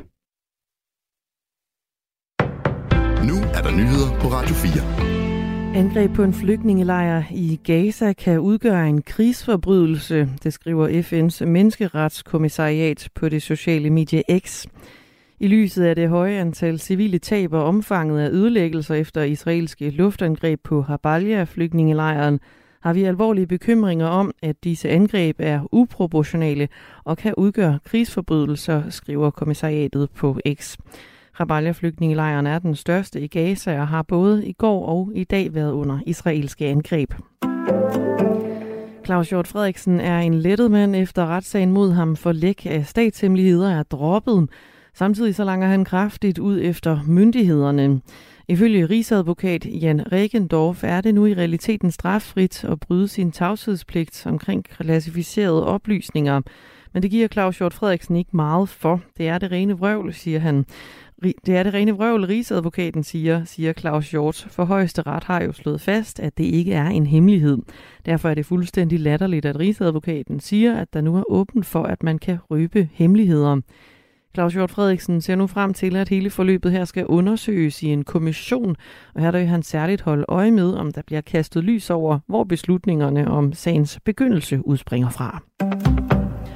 Nu er der nyheder på Radio fire. Angreb på en flygtningelejr i Gaza kan udgøre en krigsforbrydelse, det skriver F N's menneskeretskommissariat på det sociale medie X. I lyset af det høje antal civile tab og omfanget af ødelæggelser efter israelske luftangreb på Habalia-flygtningelejren, har vi alvorlige bekymringer om, at disse angreb er uproportionale og kan udgøre krigsforbrydelser, skriver kommissariatet på X. Habalia-flygtningelejren er den største i Gaza og har både i går og i dag været under israelske angreb. Claus Hjort Frederiksen er en lettet mand, efter retssagen mod ham for læk af statshemmeligheder er droppet. Samtidig så langer han kraftigt ud efter myndighederne. Ifølge rigsadvokat Jan Regendorf er det nu i realiteten straffrit at bryde sin tavshedspligt omkring klassificerede oplysninger. Men det giver Claus Hjort Frederiksen ikke meget for. Det er det rene vrøvl, siger han. Det er det rene vrøvl, rigsadvokaten siger, siger Claus Hjort. For Højesteret har jo slået fast, at det ikke er en hemmelighed. Derfor er det fuldstændig latterligt, at rigsadvokaten siger, at der nu er åbent for, at man kan røbe hemmeligheder. Claus Hjort Frederiksen ser nu frem til, at hele forløbet her skal undersøges i en kommission, og her der vil han særligt holde øje med, om der bliver kastet lys over, hvor beslutningerne om sagens begyndelse udspringer fra.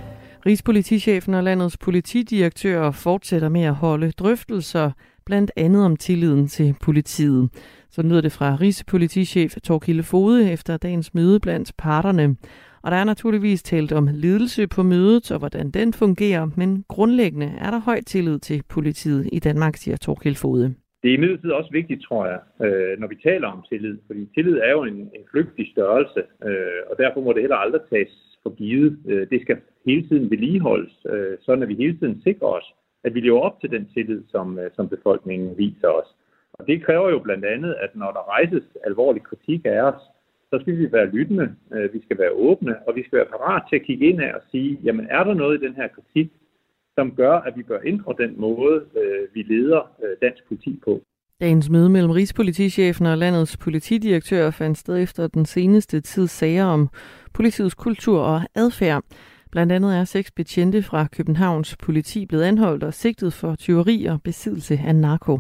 Rigspolitichefen og landets politidirektører fortsætter med at holde drøftelser, blandt andet om tilliden til politiet. Så lyder det fra Rigspolitichef Thorkild Fogde efter dagens møde blandt parterne. Og der er naturligvis talt om ledelse på mødet og hvordan den fungerer, men grundlæggende er der høj tillid til politiet i Danmark, siger Thorkild Fogde. Det er imidlertid også vigtigt, tror jeg, når vi taler om tillid, fordi tillid er jo en, en flygtig størrelse, og derfor må det heller aldrig tages for givet. Det skal hele tiden vedligeholdes, sådan at vi hele tiden sikrer os, at vi lever op til den tillid, som, som befolkningen viser os. Og det kræver jo blandt andet, at når der rejses alvorlig kritik af os, så skal vi være lyttende, vi skal være åbne, og vi skal være parat til at kigge ind af og sige, jamen er der noget i den her kritik, som gør, at vi bør ændre den måde, vi leder dansk politi på. Dagens møde mellem Rigspolitichefen og landets politidirektør fandt sted efter den seneste tids sager om politiets kultur og adfærd. Blandt andet er seks betjente fra Københavns politi blevet anholdt og sigtet for tyveri og besiddelse af narko.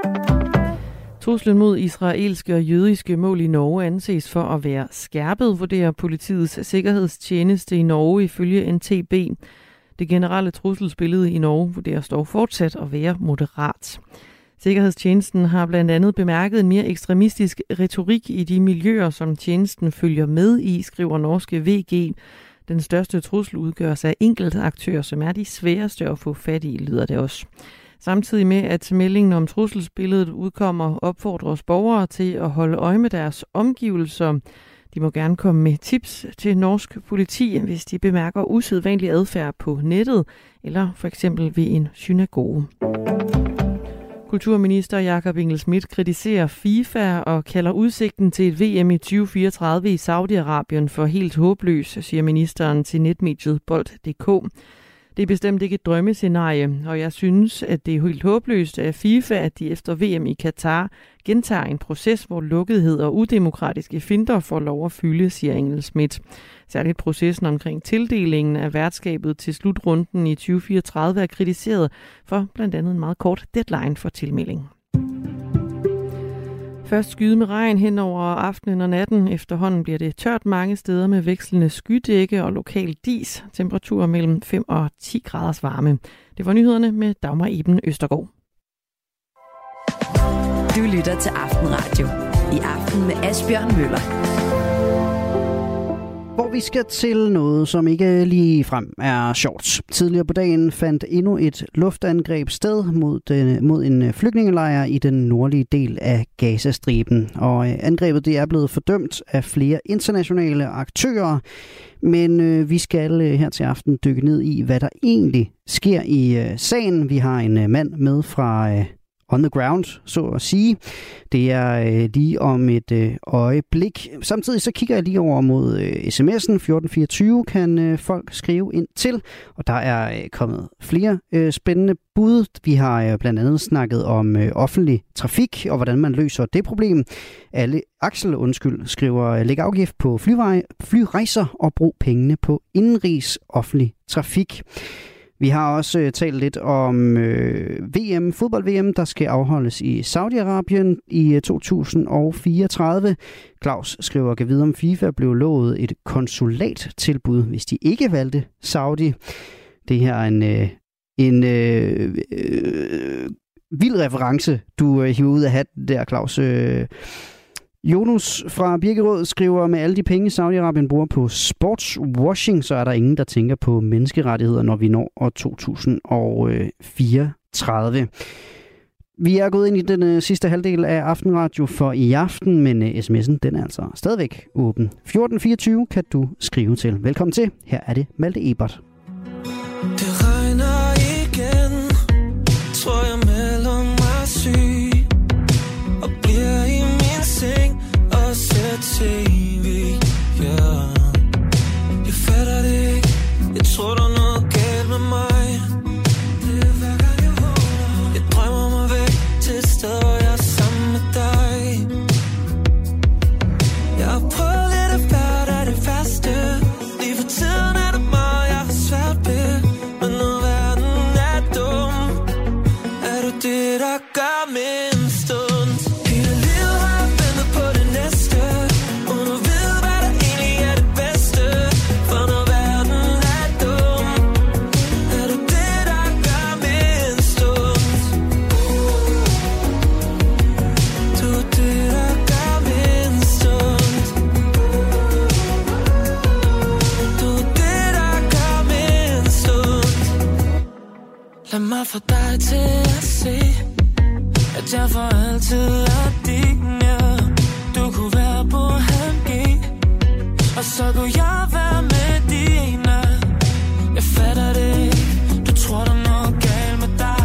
Truslen mod israelske og jødiske mål i Norge anses for at være skærpet, vurderer politiets sikkerhedstjeneste i Norge ifølge N T B. Det generelle trusselsbillede i Norge vurderes dog fortsat at være moderat. Sikkerhedstjenesten har blandt andet bemærket en mere ekstremistisk retorik i de miljøer, som tjenesten følger med i, skriver norske V G. Den største trussel udgøres af enkelte aktører, som er de sværeste at få fat i, lyder det også. Samtidig med, at meldingen om trusselsbilledet udkommer, opfordres borgere til at holde øje med deres omgivelser. De må gerne komme med tips til norsk politi, hvis de bemærker usædvanlig adfærd på nettet, eller for eksempel ved en synagoge. Kulturminister Jakob Engel-Schmidt kritiserer FIFA og kalder udsigten til et V M i tyve fireogtredive i Saudi-Arabien for helt håbløs, siger ministeren til netmediet bold punktum d k. Det er bestemt ikke et drømmescenarie, og jeg synes, at det er helt håbløst af FIFA, at de efter V M i Katar gentager en proces, hvor lukkethed og udemokratiske finter får lov at fylde, siger Engel-Schmidt. Særligt processen omkring tildelingen af værtskabet til slutrunden i tyve fireogtredive er kritiseret for blandt andet en meget kort deadline for tilmelding. Først skyde med regn hen over aftenen og natten. Efterhånden bliver det tørt mange steder med vekslende skydække og lokal dis. Temperaturer mellem fem og ti graders varme. Det var nyhederne med Dagmar Eben Østergaard. Du lytter til Aftenradio. I aften med Asbjørn Møller. Hvor vi skal til noget, som ikke lige frem er sjovt. Tidligere på dagen fandt endnu et luftangreb sted mod, den, mod en flygtningelejr i den nordlige del af Gazastriben. Og angrebet det er blevet fordømt af flere internationale aktører. Men øh, vi skal øh, her til aften dykke ned i, hvad der egentlig sker i øh, sagen. Vi har en øh, mand med fra... Øh, on the ground, så at sige. Det er øh, lige om et øh, øjeblik. Samtidig så kigger jeg lige over mod øh, sms'en. fjorten fireogtyve kan øh, folk skrive ind til, og der er øh, kommet flere øh, spændende bud. Vi har øh, blandt andet snakket om øh, offentlig trafik, og hvordan man løser det problem. Alle Axel, undskyld, skriver, læg afgift på flyvej, flyrejser og brug pengene på indenrigs offentlig trafik. Vi har også øh, talt lidt om øh, V M, fodbold-V M, der skal afholdes i Saudi-Arabien i øh, to tusind fireogtredive. Claus skriver, at videre om FIFA blev lovet et konsulattilbud, hvis de ikke valgte Saudi. Det her er en, øh, en øh, øh, vild reference, du øh, hiver ud af hatten der, Claus. Øh, Jonas fra Birkerød skriver, med alle de penge, Saudi-Arabien bruger på sportswashing, så er der ingen, der tænker på menneskerettigheder, når vi når år to tusind fireogtredive. Vi er gået ind i den uh, sidste halvdel af Aftenradio for i aften, men uh, sms'en den er altså stadigvæk åben. fjorten fireogtyve kan du skrive til. Velkommen til. Her er det Malte Ebert. Det regner igen, tror jeg melder mig syg, og bliver i min seng og ser tv, yeah. Jeg fatter det ikke, jeg tror der er noget galt med mig. Det er hver gang jeg vågner, jeg drømmer mig væk til et sted, hvor jeg er sammen med dig. Jeg har prøvet lidt at være der det værste, lige for tiden er det meget jeg har svært ved, men når verden er dum, er du det der gør min stund. Hele livet har jeg ventet på det næste, uden at vide hvad der egentlig er det bedste, for når verden er dum, at jeg for altid er din, ja. Du kunne være på halv G, og så kunne jeg være med dine. Jeg fatter det ikke, du tror der er noget galt med dig.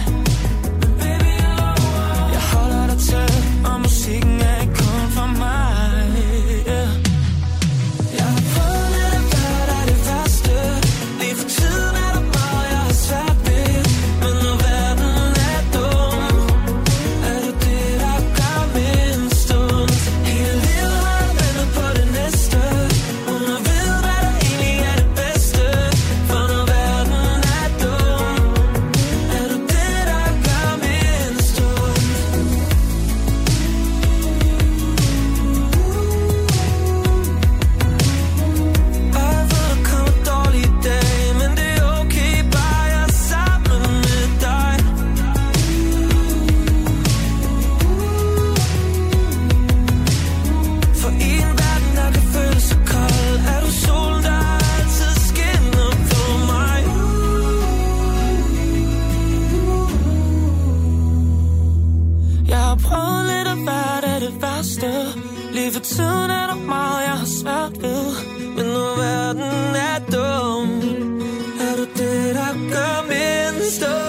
Jeg holder dig tæt, og musikken er ikke kun for mig, yeah. Jeg har prøvet lidt af hvad der er det værste. Lige for tiden er der meget jeg har svært ved. Men når verden er dum, er du det der gør min stund. Hele livet har jeg ventet på det næste, uden at vide hvad der egentlig er det bedste. For når verden er dum, er du det der gør min stund. Og jeg ved der kommer dårlige dage, men det er okay bare jeg er sammen med dig. For i en verden der kan føles så kold, er du solen der altid skinner på mig. Jeg har prøvet lidt af hvert af det værste. Lige for tiden er der meget jeg har svært ved. Men når verden er dum, er du det der gør min stund.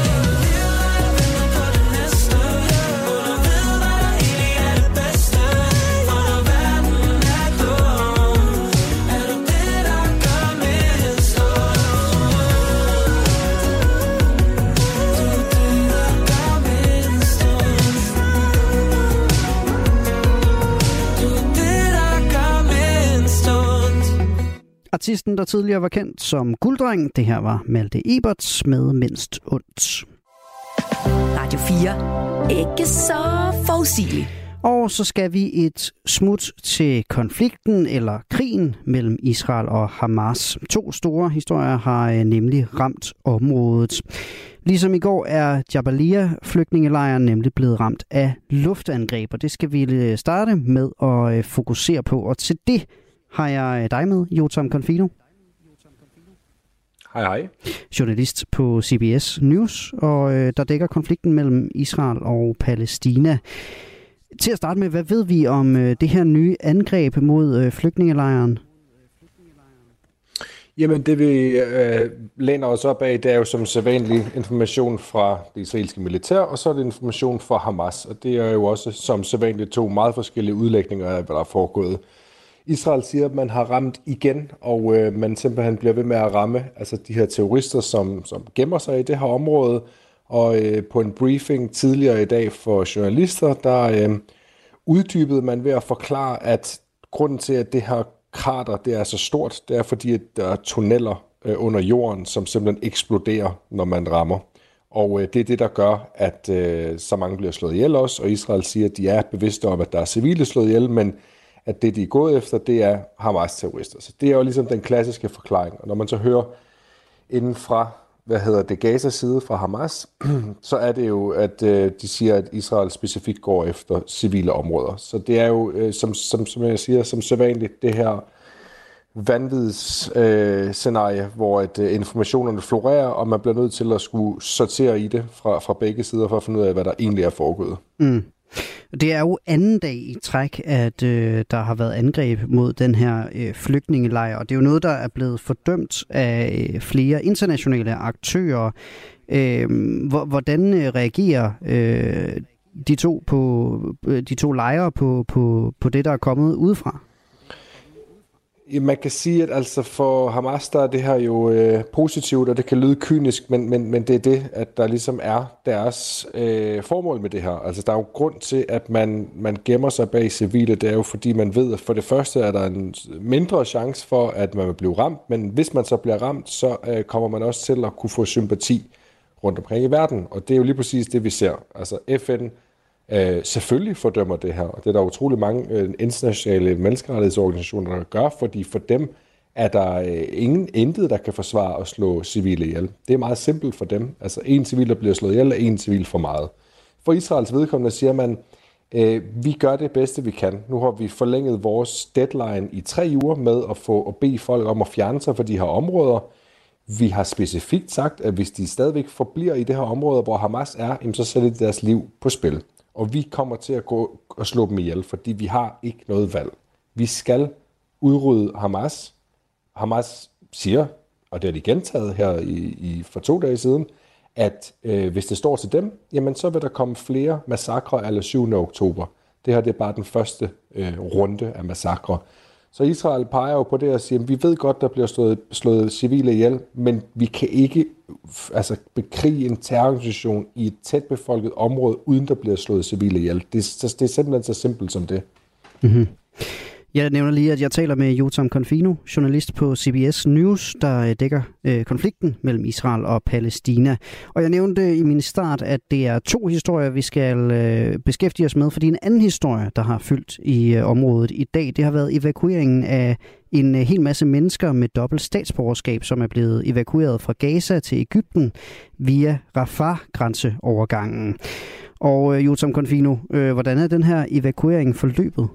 Artisten, der tidligere var kendt som Gulddreng, det her var Malte Ebert med Mindst Ondt. Radio fire. Ikke så forudsigeligt. Og så skal vi et smut til konflikten eller krigen mellem Israel og Hamas. To store historier har nemlig ramt området. Ligesom i går er Jabalia-flygtningelejren nemlig blevet ramt af luftangreb, og det skal vi starte med at fokusere på. Og til det har jeg dig med, Jotam Confino. Hej hej. Journalist på C B S News, og øh, der dækker konflikten mellem Israel og Palæstina. Til at starte med, hvad ved vi om øh, det her nye angreb mod øh, flygtningelejren? Jamen det vi øh, læner os op af, det er jo som sædvanlig information fra det israelske militær, og så er det information fra Hamas. Og det er jo også som sædvanligt to meget forskellige udlægninger af, hvad der er foregået. Israel siger, at man har ramt igen, og øh, man simpelthen bliver ved med at ramme altså de her terrorister, som, som gemmer sig i det her område. Og øh, på en briefing tidligere i dag for journalister, der øh, uddybede man ved at forklare, at grunden til, at det her krater det er så stort, det er fordi, at der er tunneller øh, under jorden, som simpelthen eksploderer, når man rammer. Og øh, det er det, der gør, at øh, så mange bliver slået ihjel også, og Israel siger, at de er bevidste om, at der er civile slået ihjel, men at det, de er gået efter, det er Hamas-terrorister. Så det er jo ligesom den klassiske forklaring. Og når man så hører inden fra, hvad hedder det, Gaza-side fra Hamas, så er det jo, at øh, de siger, at Israel specifikt går efter civile områder. Så det er jo, øh, som, som, som jeg siger, som sædvanligt, det her vanvids øh, scenarie, hvor at, øh, informationerne florerer, og man bliver nødt til at skulle sortere i det fra, fra begge sider, for at finde ud af, hvad der egentlig er foregået. Mm. Det er jo anden dag i træk, at øh, der har været angreb mod den her øh, flygtningelejr, og det er jo noget, der er blevet fordømt af øh, flere internationale aktører. Øh, hvordan øh, reagerer øh, de to på øh, de to lejre på, på, på det, der er kommet udefra? Man kan sige, at altså for Hamas, der er det her jo øh, positivt, og det kan lyde kynisk, men, men, men det er det, at der ligesom er deres øh, formål med det her. Altså der er jo grund til, at man, man gemmer sig bag civile. Det er jo fordi, man ved, at for det første er der en mindre chance for, at man vil blive ramt, men hvis man så bliver ramt, så øh, kommer man også til at kunne få sympati rundt omkring i verden. Og det er jo lige præcis det, vi ser. Altså F N Øh, selvfølgelig fordømmer det her, og det er der utrolig mange øh, internationale menneskerettighedsorganisationer, der gør, fordi for dem er der øh, ingen intet, der kan forsvare at slå civile ihjel. Det er meget simpelt for dem. Altså en civil, der bliver slået ihjel, er en civil for meget. For Israels vedkommende siger man, øh, vi gør det bedste, vi kan. Nu har vi forlænget vores deadline i tre uger med at få at bede folk om at fjerne sig fra de her områder. Vi har specifikt sagt, at hvis de stadigvæk forbliver i det her område, hvor Hamas er, jamen, så sætter de deres liv på spil. Og vi kommer til at gå og slå dem ihjel, fordi vi har ikke noget valg. Vi skal udrydde Hamas. Hamas siger, og det har de gentaget her i, i, for to dage siden, at øh, hvis det står til dem, jamen så vil der komme flere massakrer eller syvende oktober. Det her det er bare den første øh, runde af massakrer. Så Israel peger jo på det og siger, at vi ved godt, der bliver slået, slået civile ihjel, men vi kan ikke altså, bekrige en terrororganisation i et tæt befolket område, uden der bliver slået civile ihjel. Det, det er simpelthen så simpelt som det. Mm-hmm. Jeg nævner lige, at jeg taler med Yotam Confino, journalist på C B S News, der dækker øh, konflikten mellem Israel og Palæstina. Og jeg nævnte i min start, at det er to historier, vi skal øh, beskæftige os med, fordi en anden historie, der har fyldt i øh, området i dag, det har været evakueringen af en øh, hel masse mennesker med dobbelt statsborgerskab, som er blevet evakueret fra Gaza til Egypten via Rafah-grænseovergangen. Og øh, Yotam Confino, øh, hvordan er den her evakuering forløbet?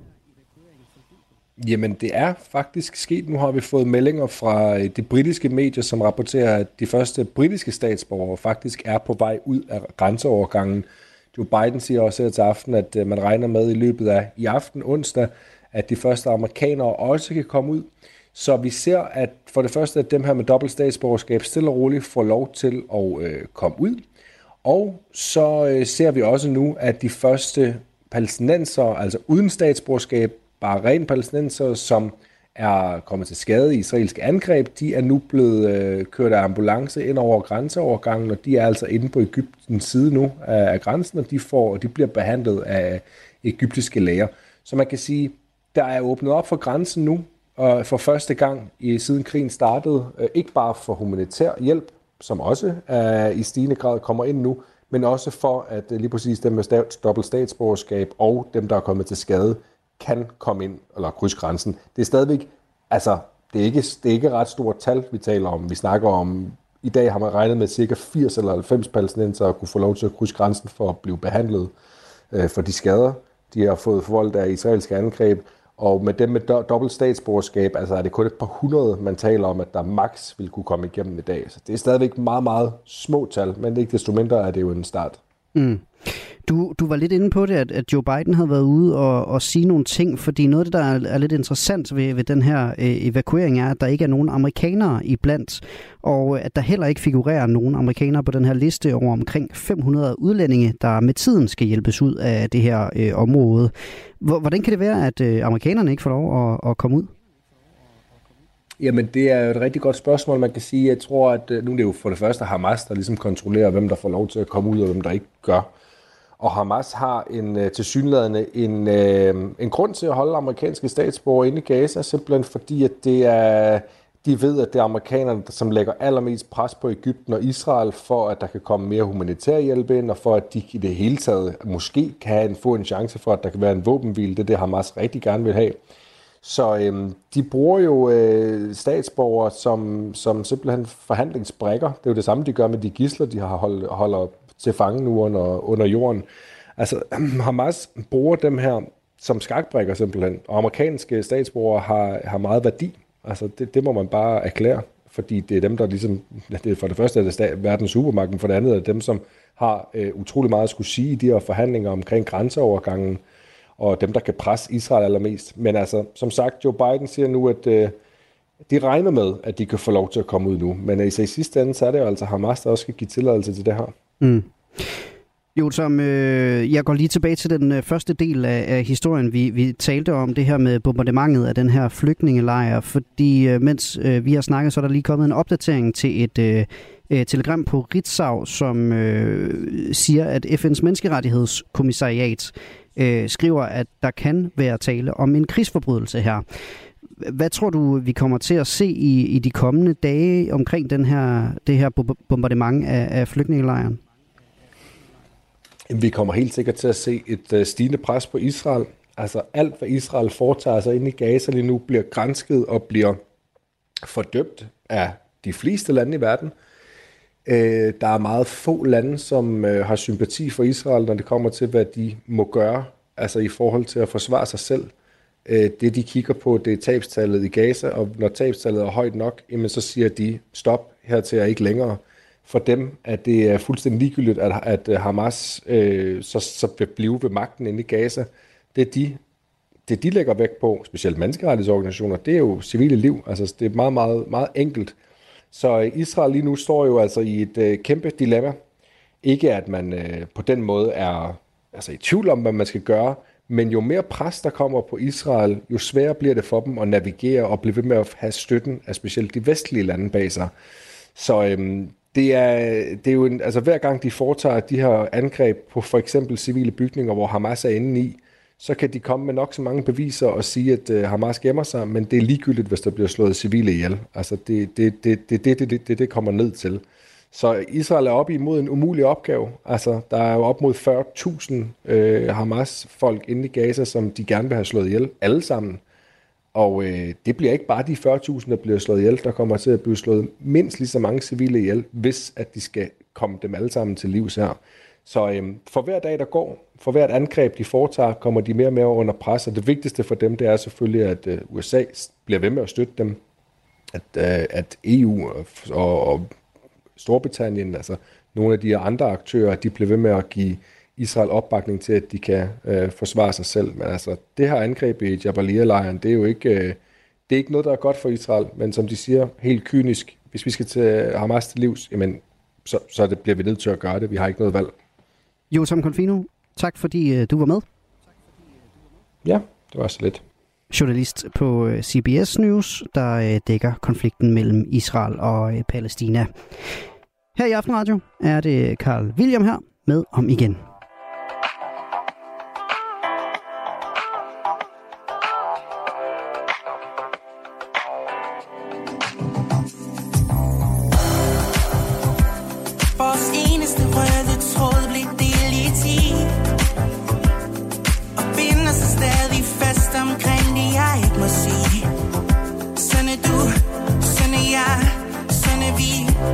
Jamen, det er faktisk sket. Nu har vi fået meldinger fra de britiske medier, som rapporterer, at de første britiske statsborgere faktisk er på vej ud af grænseovergangen. Joe Biden siger også her til aften, at man regner med i løbet af i aften onsdag, at de første amerikanere også kan komme ud. Så vi ser, at for det første, at dem her med dobbelt statsborgerskab stille og roligt får lov til at øh, komme ud. Og så øh, ser vi også nu, at de første palæstinensere, altså uden statsborgerskab, bare ren palæstinenser, som er kommet til skade i israelske angreb, de er nu blevet øh, kørt af ambulance ind over grænseovergangen, og de er altså inde på Egyptens side nu af, af grænsen, og de, får, de bliver behandlet af egyptiske læger. Så man kan sige, der er åbnet op for grænsen nu, og for første gang i, siden krigen startede, øh, ikke bare for humanitær hjælp, som også er, i stigende grad kommer ind nu, men også for, at øh, lige præcis dem med stat, dobbelt statsborgerskab og dem, der er kommet til skade, kan komme ind eller krydse grænsen. Det er stadigvæk, altså, det er ikke, det er ikke ret stort tal, vi taler om. Vi snakker om, i dag har man regnet med cirka firs eller halvfems palæstinenser at kunne få lov til at krydse grænsen for at blive behandlet øh, for de skader, de har fået forvoldt af israelske angreb. Og med dem med do- dobbelt statsborgerskab, altså er det kun et par hundrede, man taler om, at der max vil kunne komme igennem i dag. Så det er stadigvæk meget, meget små tal, men ikke desto mindre er det jo en start. Mm. Du, du var lidt inde på det, at, at Joe Biden havde været ude og, og sige nogle ting, fordi noget af det, der er, er lidt interessant ved, ved den her øh, evakuering, er, at der ikke er nogen amerikanere iblandt, og at der heller ikke figurerer nogen amerikanere på den her liste over omkring fem hundrede udlændinge, der med tiden skal hjælpes ud af det her øh, område. Hvordan kan det være, at øh, amerikanerne ikke får lov at, at komme ud? Jamen, det er jo et rigtig godt spørgsmål, man kan sige. Jeg tror, at nu er det jo for det første Hamas, der ligesom kontrollerer, hvem der får lov til at komme ud, og hvem der ikke gør. Og Hamas har en, tilsyneladende en, en grund til at holde amerikanske statsborgere inde i Gaza, simpelthen fordi, at det er, de ved, at det er amerikanerne, som lægger allermest pres på Egypten og Israel, for at der kan komme mere humanitær hjælp ind, og for at de i det hele taget måske kan få en chance for, at der kan være en våbenhvile. Det er det, Hamas rigtig gerne vil have. Så øhm, de bruger jo øh, statsborgere som, som simpelthen forhandlingsbrikker. Det er jo det samme, de gør med de gidsler, de har holdt, holder til fange nu under, under jorden. Altså, Hamas bruger dem her som skakbrikker simpelthen, og amerikanske statsborgere har, har meget værdi. Altså, det, det må man bare erklære, fordi det er dem, der ligesom, det er for det første er det stat, verdens supermarked, for det andet er det dem, som har øh, utrolig meget at skulle sige i de her forhandlinger omkring grænseovergangen, og dem, der kan presse Israel allermest. Men altså, som sagt, Joe Biden siger nu, at øh, de regner med, at de kan få lov til at komme ud nu. Men øh, i sidste ende, så er det jo altså Hamas, der også skal give tilladelse til det her. Mm. Jo, som øh, jeg går lige tilbage til den øh, første del af, af historien. Vi, vi talte om det her med bombardementet af den her flygtningelejr, fordi øh, mens øh, vi har snakket, så er der lige kommet en opdatering til et øh, øh, telegram på Ritzau, som øh, siger, at F N's menneskerettighedskommissariat øh, skriver, at der kan være tale om en krigsforbrydelse her. Hvad tror du, vi kommer til at se i, i de kommende dage omkring den her, det her bombardement af, af flygtningelejren? Vi kommer helt sikkert til at se et uh, stigende pres på Israel. Altså alt, hvad Israel foretager sig inde i Gaza lige nu, bliver gransket og bliver fordømt af de fleste lande i verden. Uh, der er meget få lande, som uh, har sympati for Israel, når det kommer til, hvad de må gøre, altså i forhold til at forsvare sig selv. Uh, det, de kigger på, det er tabstallet i Gaza, og når tabstallet er højt nok, jamen, så siger de, stop, hertil er ikke længere. For dem, at det er fuldstændig ligegyldigt, at, at Hamas øh, så, så vil blive ved magten inde i Gaza. Det de, det, de lægger vægt på, specielt menneskerettighedsorganisationer, det er jo civile liv. Altså, det er meget, meget, meget enkelt. Så Israel lige nu står jo altså i et øh, kæmpe dilemma. Ikke at man øh, på den måde er altså, i tvivl om, hvad man skal gøre, men jo mere pres, der kommer på Israel, jo sværere bliver det for dem at navigere og blive ved med at have støtten af specielt de vestlige lande bag sig. Så øhm, det, er, det er jo en, altså hver gang de foretager de her angreb på for eksempel civile bygninger, hvor Hamas er inde i, så kan de komme med nok så mange beviser og sige, at uh, Hamas gemmer sig, men det er ligegyldigt, hvis der bliver slået civile ihjel. Altså det det, det, det, det, det, det, det kommer ned til. Så Israel er oppe imod en umulig opgave. Altså, der er jo op mod fyrre tusind øh, Hamas-folk inde i Gaza, som de gerne vil have slået ihjel, alle sammen. Og øh, det bliver ikke bare de fyrre tusind, der bliver slået ihjel. Der kommer til at blive slået mindst lige så mange civile ihjel, hvis at de skal komme dem alle sammen til livs her. Så øh, for hver dag, der går, for hvert angreb, de foretager, kommer de mere og mere under pres. Og det vigtigste for dem, det er selvfølgelig, at øh, U S A bliver ved med at støtte dem. At, øh, at E U og, og, og Storbritannien, altså nogle af de andre aktører, de bliver ved med at give Israel opbakning til, at de kan øh, forsvare sig selv. Men altså, det her angreb i Jabalia-lejren, det er jo ikke, øh, det er ikke noget, der er godt for Israel. Men som de siger, helt kynisk, hvis vi skal til Hamas til livs, jamen, så, så det bliver vi nødt til at gøre det. Vi har ikke noget valg. Jotam Confino, tak fordi øh, du var med. Ja, det var så lidt. Journalist på C B S News, der øh, dækker konflikten mellem Israel og øh, Palæstina. Her i Aftenradio er det Carl William her med Om igen. Vores eneste røde tråd blev delt i ti og binder sig stadig fast omkring det, jeg ikke må sige. Sådan er du, sådan er jeg, sådan er vi.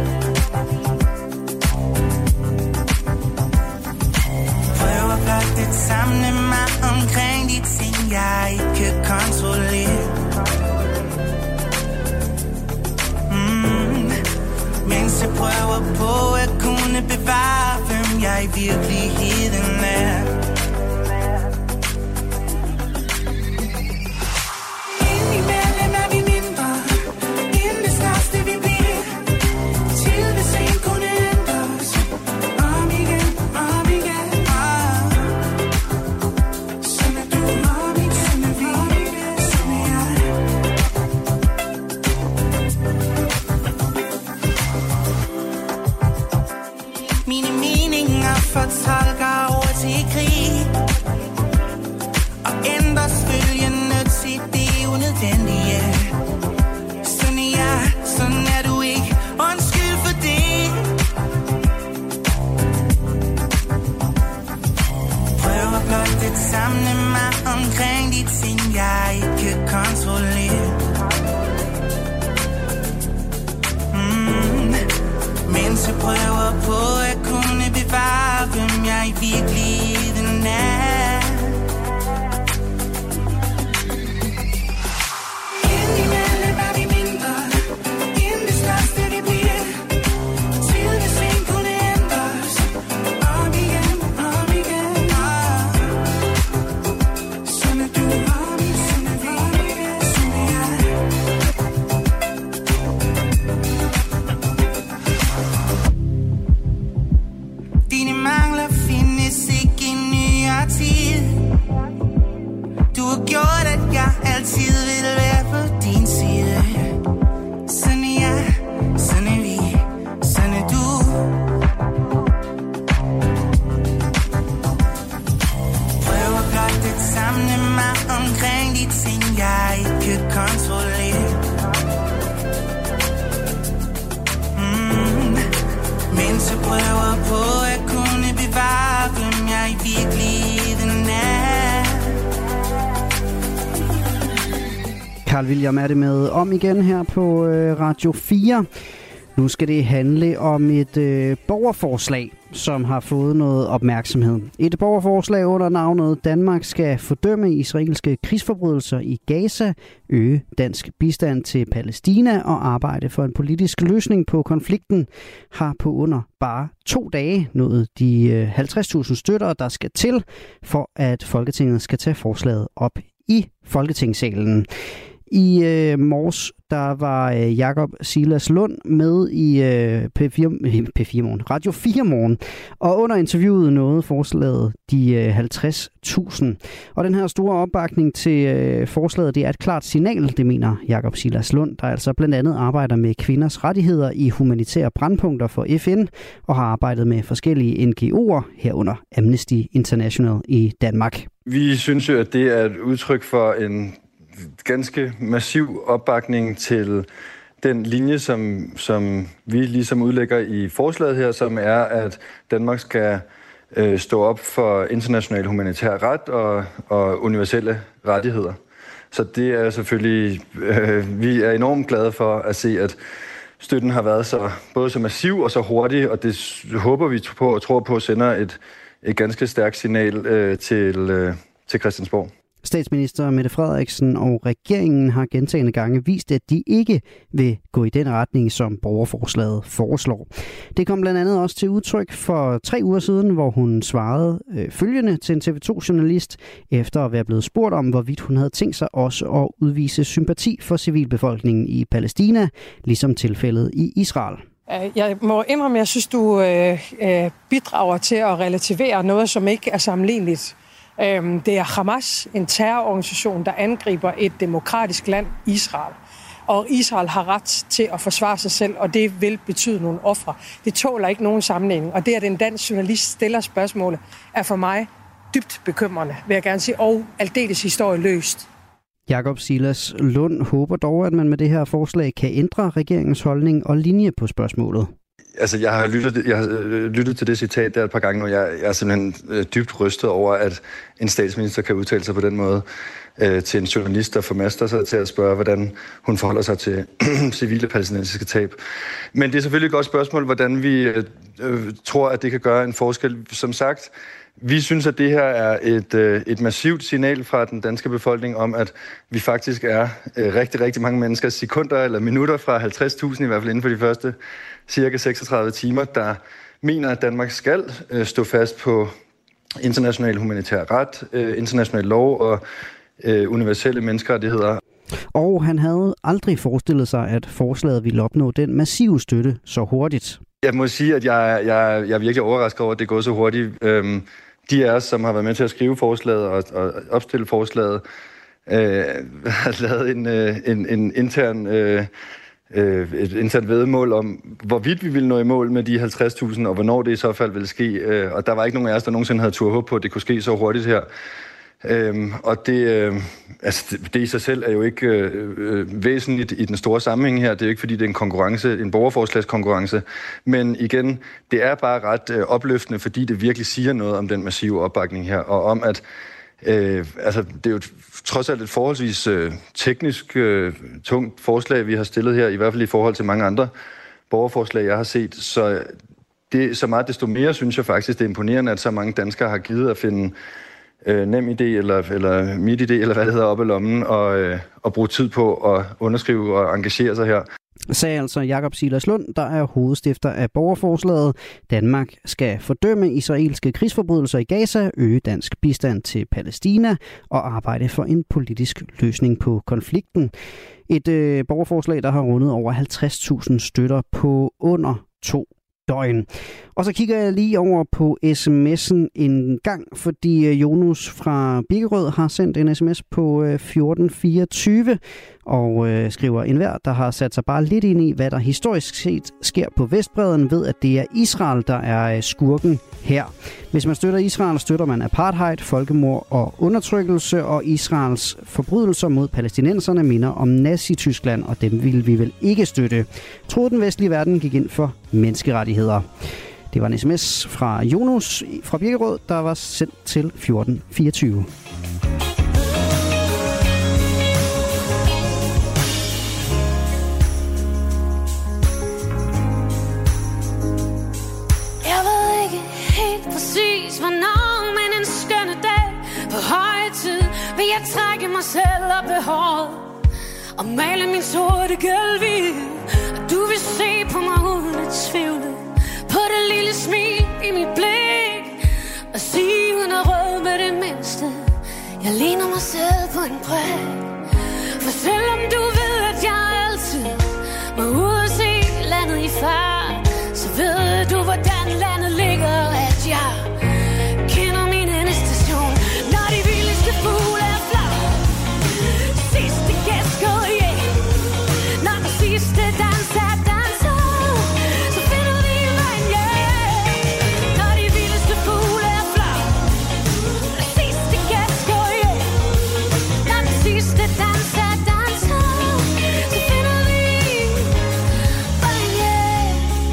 Prøver blot at samle mig omkring de ting, jeg ikke kan kontrollere. Mm. Mens jeg prøver på at kunne bevare, hvem jeg i virkeligheden er. Indimellem er vi mindre end det største vi bliver, til vi sen kunne ændre os om igen, om igen. Ah. Sådan er du, om igen, sådan er vi, sådan er jeg. Mine meninger fortolker ord til krig og ændres følgende til det unødvendige. Sådan er jeg, sådan er du ikke. Undskyld for det. Prøver blot at samle mig omkring de ting, jeg ikke kan kontrollere. Mm. Mens jeg prøver på at kunne bevare, hvem jeg i virkeligheden er. Indimellem er vi mindre end det største vi bliver, til vi sen kunne ændre os om igen, om igen. Ah. Sådan er du, om igen, sådan er vi, sådan er jeg. Dine mangler findes ikke i nyere tid. Du har gjort, at jeg altid vil være på din side. Sådan er jeg, sådan er vi, sådan er du. Prøver blot at samle mig omkring de ting, jeg ikke kan kontrollere. Mm. Mens jeg prøver på at kunne bevare, hvem jeg i virkeligheden er. Carl William er det med Om igen her på øh, Radio fire. Nu skal det handle om et øh, borgerforslag, som har fået noget opmærksomhed. Et borgerforslag under navnet Danmark skal fordømme israelske krigsforbrydelser i Gaza, øge dansk bistand til Palæstina og arbejde for en politisk løsning på konflikten, har på under bare to dage nået de halvtreds tusind støtter, der skal til, for at Folketinget skal tage forslaget op i Folketingssalen. I øh, morges, der var øh, Jakob Silas Lund med i øh, P fire, P fire Morgen, Radio fire Morgen, og under interviewet nåede forslaget de øh, halvtreds tusind. Og den her store opbakning til øh, forslaget, det er et klart signal, det mener Jakob Silas Lund, der altså blandt andet arbejder med kvinders rettigheder i humanitære brandpunkter for F N, og har arbejdet med forskellige N G O'er, herunder Amnesty International i Danmark. Vi synes jo, at det er et udtryk for en ganske massiv opbakning til den linje, som, som vi ligesom udlægger i forslaget her, som er, at Danmark skal øh, stå op for international humanitær ret og, og universelle rettigheder. Så det er selvfølgelig, øh, vi er enormt glade for at se, at støtten har været så både så massiv og så hurtig, og det håber vi på og tror på sender et, et ganske stærkt signal øh, til, øh, til Christiansborg. Statsminister Mette Frederiksen og regeringen har gentagne gange vist, at de ikke vil gå i den retning, som borgerforslaget foreslår. Det kom blandt andet også til udtryk for tre uger siden, hvor hun svarede øh, følgende til en T V to-journalist, efter at være blevet spurgt om, hvorvidt hun havde tænkt sig også at udvise sympati for civilbefolkningen i Palæstina, ligesom tilfældet i Israel. Jeg må indrømme, at jeg synes, du øh, øh, bidrager til at relativere noget, som ikke er sammenligneligt. Det er Hamas, en terrororganisation, der angriber et demokratisk land, Israel. Og Israel har ret til at forsvare sig selv, og det vil betyde nogle ofre. Det tåler ikke nogen sammenligning. Og det, at en dansk journalist stiller spørgsmålet, er for mig dybt bekymrende, vil jeg gerne sige, og aldeles historieløst. Jakob Silas Lund håber dog, at man med det her forslag kan ændre regeringens holdning og linje på spørgsmålet. Altså, jeg har lyttet, jeg har lyttet til det citat der et par gange, og jeg, jeg er simpelthen dybt rystet over, at en statsminister kan udtale sig på den måde øh, til en journalist, der formaster sig til at spørge, hvordan hun forholder sig til civile palæstinensiske tab. Men det er selvfølgelig et godt spørgsmål, hvordan vi øh, tror, at det kan gøre en forskel. Som sagt, vi synes, at det her er et, øh, et massivt signal fra den danske befolkning om, at vi faktisk er øh, rigtig, rigtig mange mennesker, sekunder eller minutter fra halvtreds tusind, i hvert fald inden for de første cirka seksogtredive timer, der mener, at Danmark skal øh, stå fast på international humanitær ret, øh, international lov og øh, universelle menneskerettigheder. Og han havde aldrig forestillet sig, at forslaget ville opnå den massive støtte så hurtigt. Jeg må sige, at jeg, jeg, jeg er virkelig overrasket over, at det er gået så hurtigt. Øhm, de af os, som har været med til at skrive forslaget og, og opstille forslaget, øh, har lavet en, en, en intern... Øh, et internt væddemål om, hvorvidt vi ville nå i mål med de halvtreds tusind, og hvornår det i så fald ville ske. Og der var ikke nogen af os, der nogensinde havde tur håb på, at det kunne ske så hurtigt her. Og det, altså det, det i sig selv er jo ikke øh, væsentligt i den store sammenhæng her. Det er jo ikke, fordi det er en konkurrence, en borgerforslagskonkurrence. Men igen, det er bare ret øh, opløftende, fordi det virkelig siger noget om den massive opbakning her, og om at Øh, altså, det er jo trods alt et forholdsvis øh, teknisk øh, tungt forslag, vi har stillet her, i hvert fald i forhold til mange andre borgerforslag, jeg har set. Så det så meget desto mere, synes jeg faktisk, det er imponerende, at så mange danskere har givet at finde øh, NemID eller, eller MitID, eller hvad det hedder, op i lommen, og, øh, og bruge tid på at underskrive og engagere sig her. Sagde altså Jakob Silas Lund, der er hovedstifter af borgerforslaget. Danmark skal fordømme israelske krigsforbrydelser i Gaza, øge dansk bistand til Palæstina og arbejde for en politisk løsning på konflikten. Et øh, borgerforslag, der har rundet over halvtreds tusind støtter på under to døgn. Og så kigger jeg lige over på sms'en en gang, fordi Jonas fra Birkerød har sendt en sms på fjorten fireogtyve og øh, skriver: enhver, der har sat sig bare lidt ind i, hvad der historisk set sker på Vestbredden, ved, at det er Israel, der er skurken her. Hvis man støtter Israel, støtter man apartheid, folkemord og undertrykkelse, og Israels forbrydelser mod palæstinenserne minder om Nazi-Tyskland, og dem ville vi vel ikke støtte. Troede den vestlige verden gik ind for menneskerettigheder. Det var en sms fra Jonas fra Birkerød, der var sendt til fjorten fireogtyve. Jeg ved ikke, jeg trække mig selv op i håret og male min sorte gælvid. Og du vil se på mig uden at tvivle på det lille smil i mit blik og sige uden at røde med det mindste, jeg ligner mig selv på en prik. For selvom du ved, at jeg altid må ud og se landet i fart, så ved du, hvordan landet ligger, at jeg kender min endestation. Når de vildeste fugle er flot, sidste gæst går hjem. Når den sidste dans er danser, så finder vi vejen hjem. Når de vildeste fugle er flot, sidste gæst går hjem. Når den sidste dans er danser, så finder vi vejen hjem.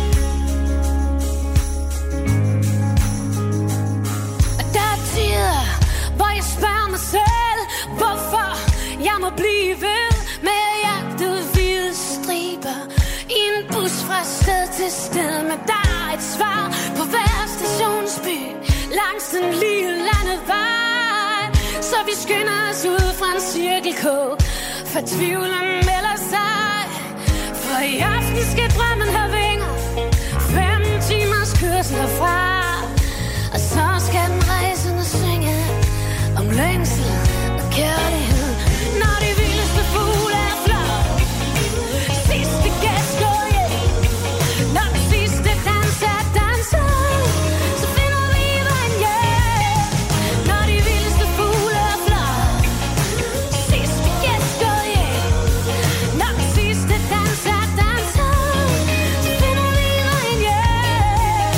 Og der er tider, hvor jeg spørger mig selv, hvorfor jeg må blive ved med at jagte hvide striber i en bus fra sted til sted. Men der er et svar på hver stationsby langs den lille landevej. Så vi skynder os ud fra en cirkelkog, for tvivlen melder sig. For i aften skal drømmen have vinger, fem timers kørsel herfra. Og så skal den rejsende synge om længsel og kærlighed. Når de vildeste fugle er flot, sidste gæst går hjem. Når den sidste dans er danser, så finder vi vejen hjem. Når de vildeste fugle er flot, sidste gæst går hjem. Når den sidste dans er danser, så finder vi vejen hjem.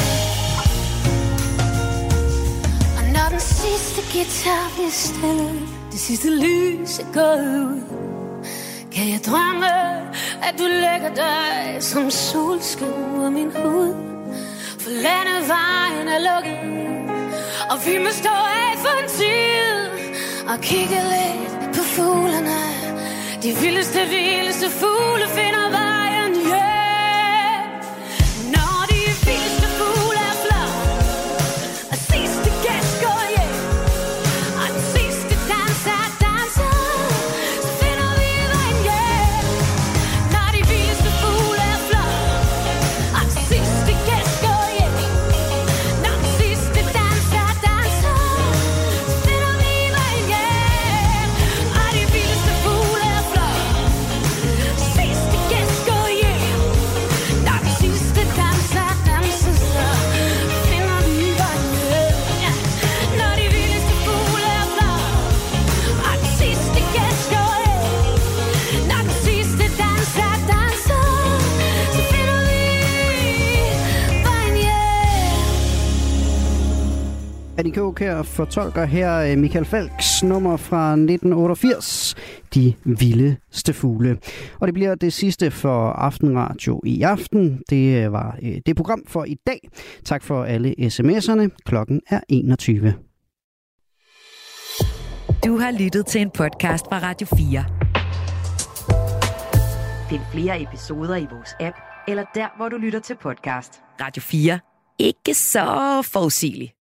Og når den sidste guitar bliver stille, det sidste lys er gået ud, kan jeg drømme, at du lægger dig som solskin ud min hud. For landevejen er lukket, og vi må stå af for en tid og kigge lidt på fuglene. De vildeste, vildeste fugle finder vejen hjem. Når de vildeste fugle er flot, og sidste gæst går hjem, og den sidste dans er danser, så finder vi vejen hjem. Når de vildeste fugle er flot, og den sidste gæst går hjem, når den sidste dans er danser, så finder vi vejen hjem. Og de vildeste fugle er flot, sidste gæst går hjem, når den sidste dans er danser, så finder vi vejen hjem. Ja. Når de vildeste fugle er flot, og den sidste gæst går hjem, når den sidste dans er danser, så finder vi vejen hjem. Annie K. her fortolker her Michael Falks nummer fra nitten otteogfirs, De vildeste fugle. Og det bliver det sidste for Aftenradio i aften. Det var øh, det program for i dag. Tak for alle sms'erne. Klokken er enogtyve. Du har lyttet til en podcast fra Radio fire. Find flere episoder i vores app, eller der, hvor du lytter til podcast. Radio fire. Ikke så forudsigeligt.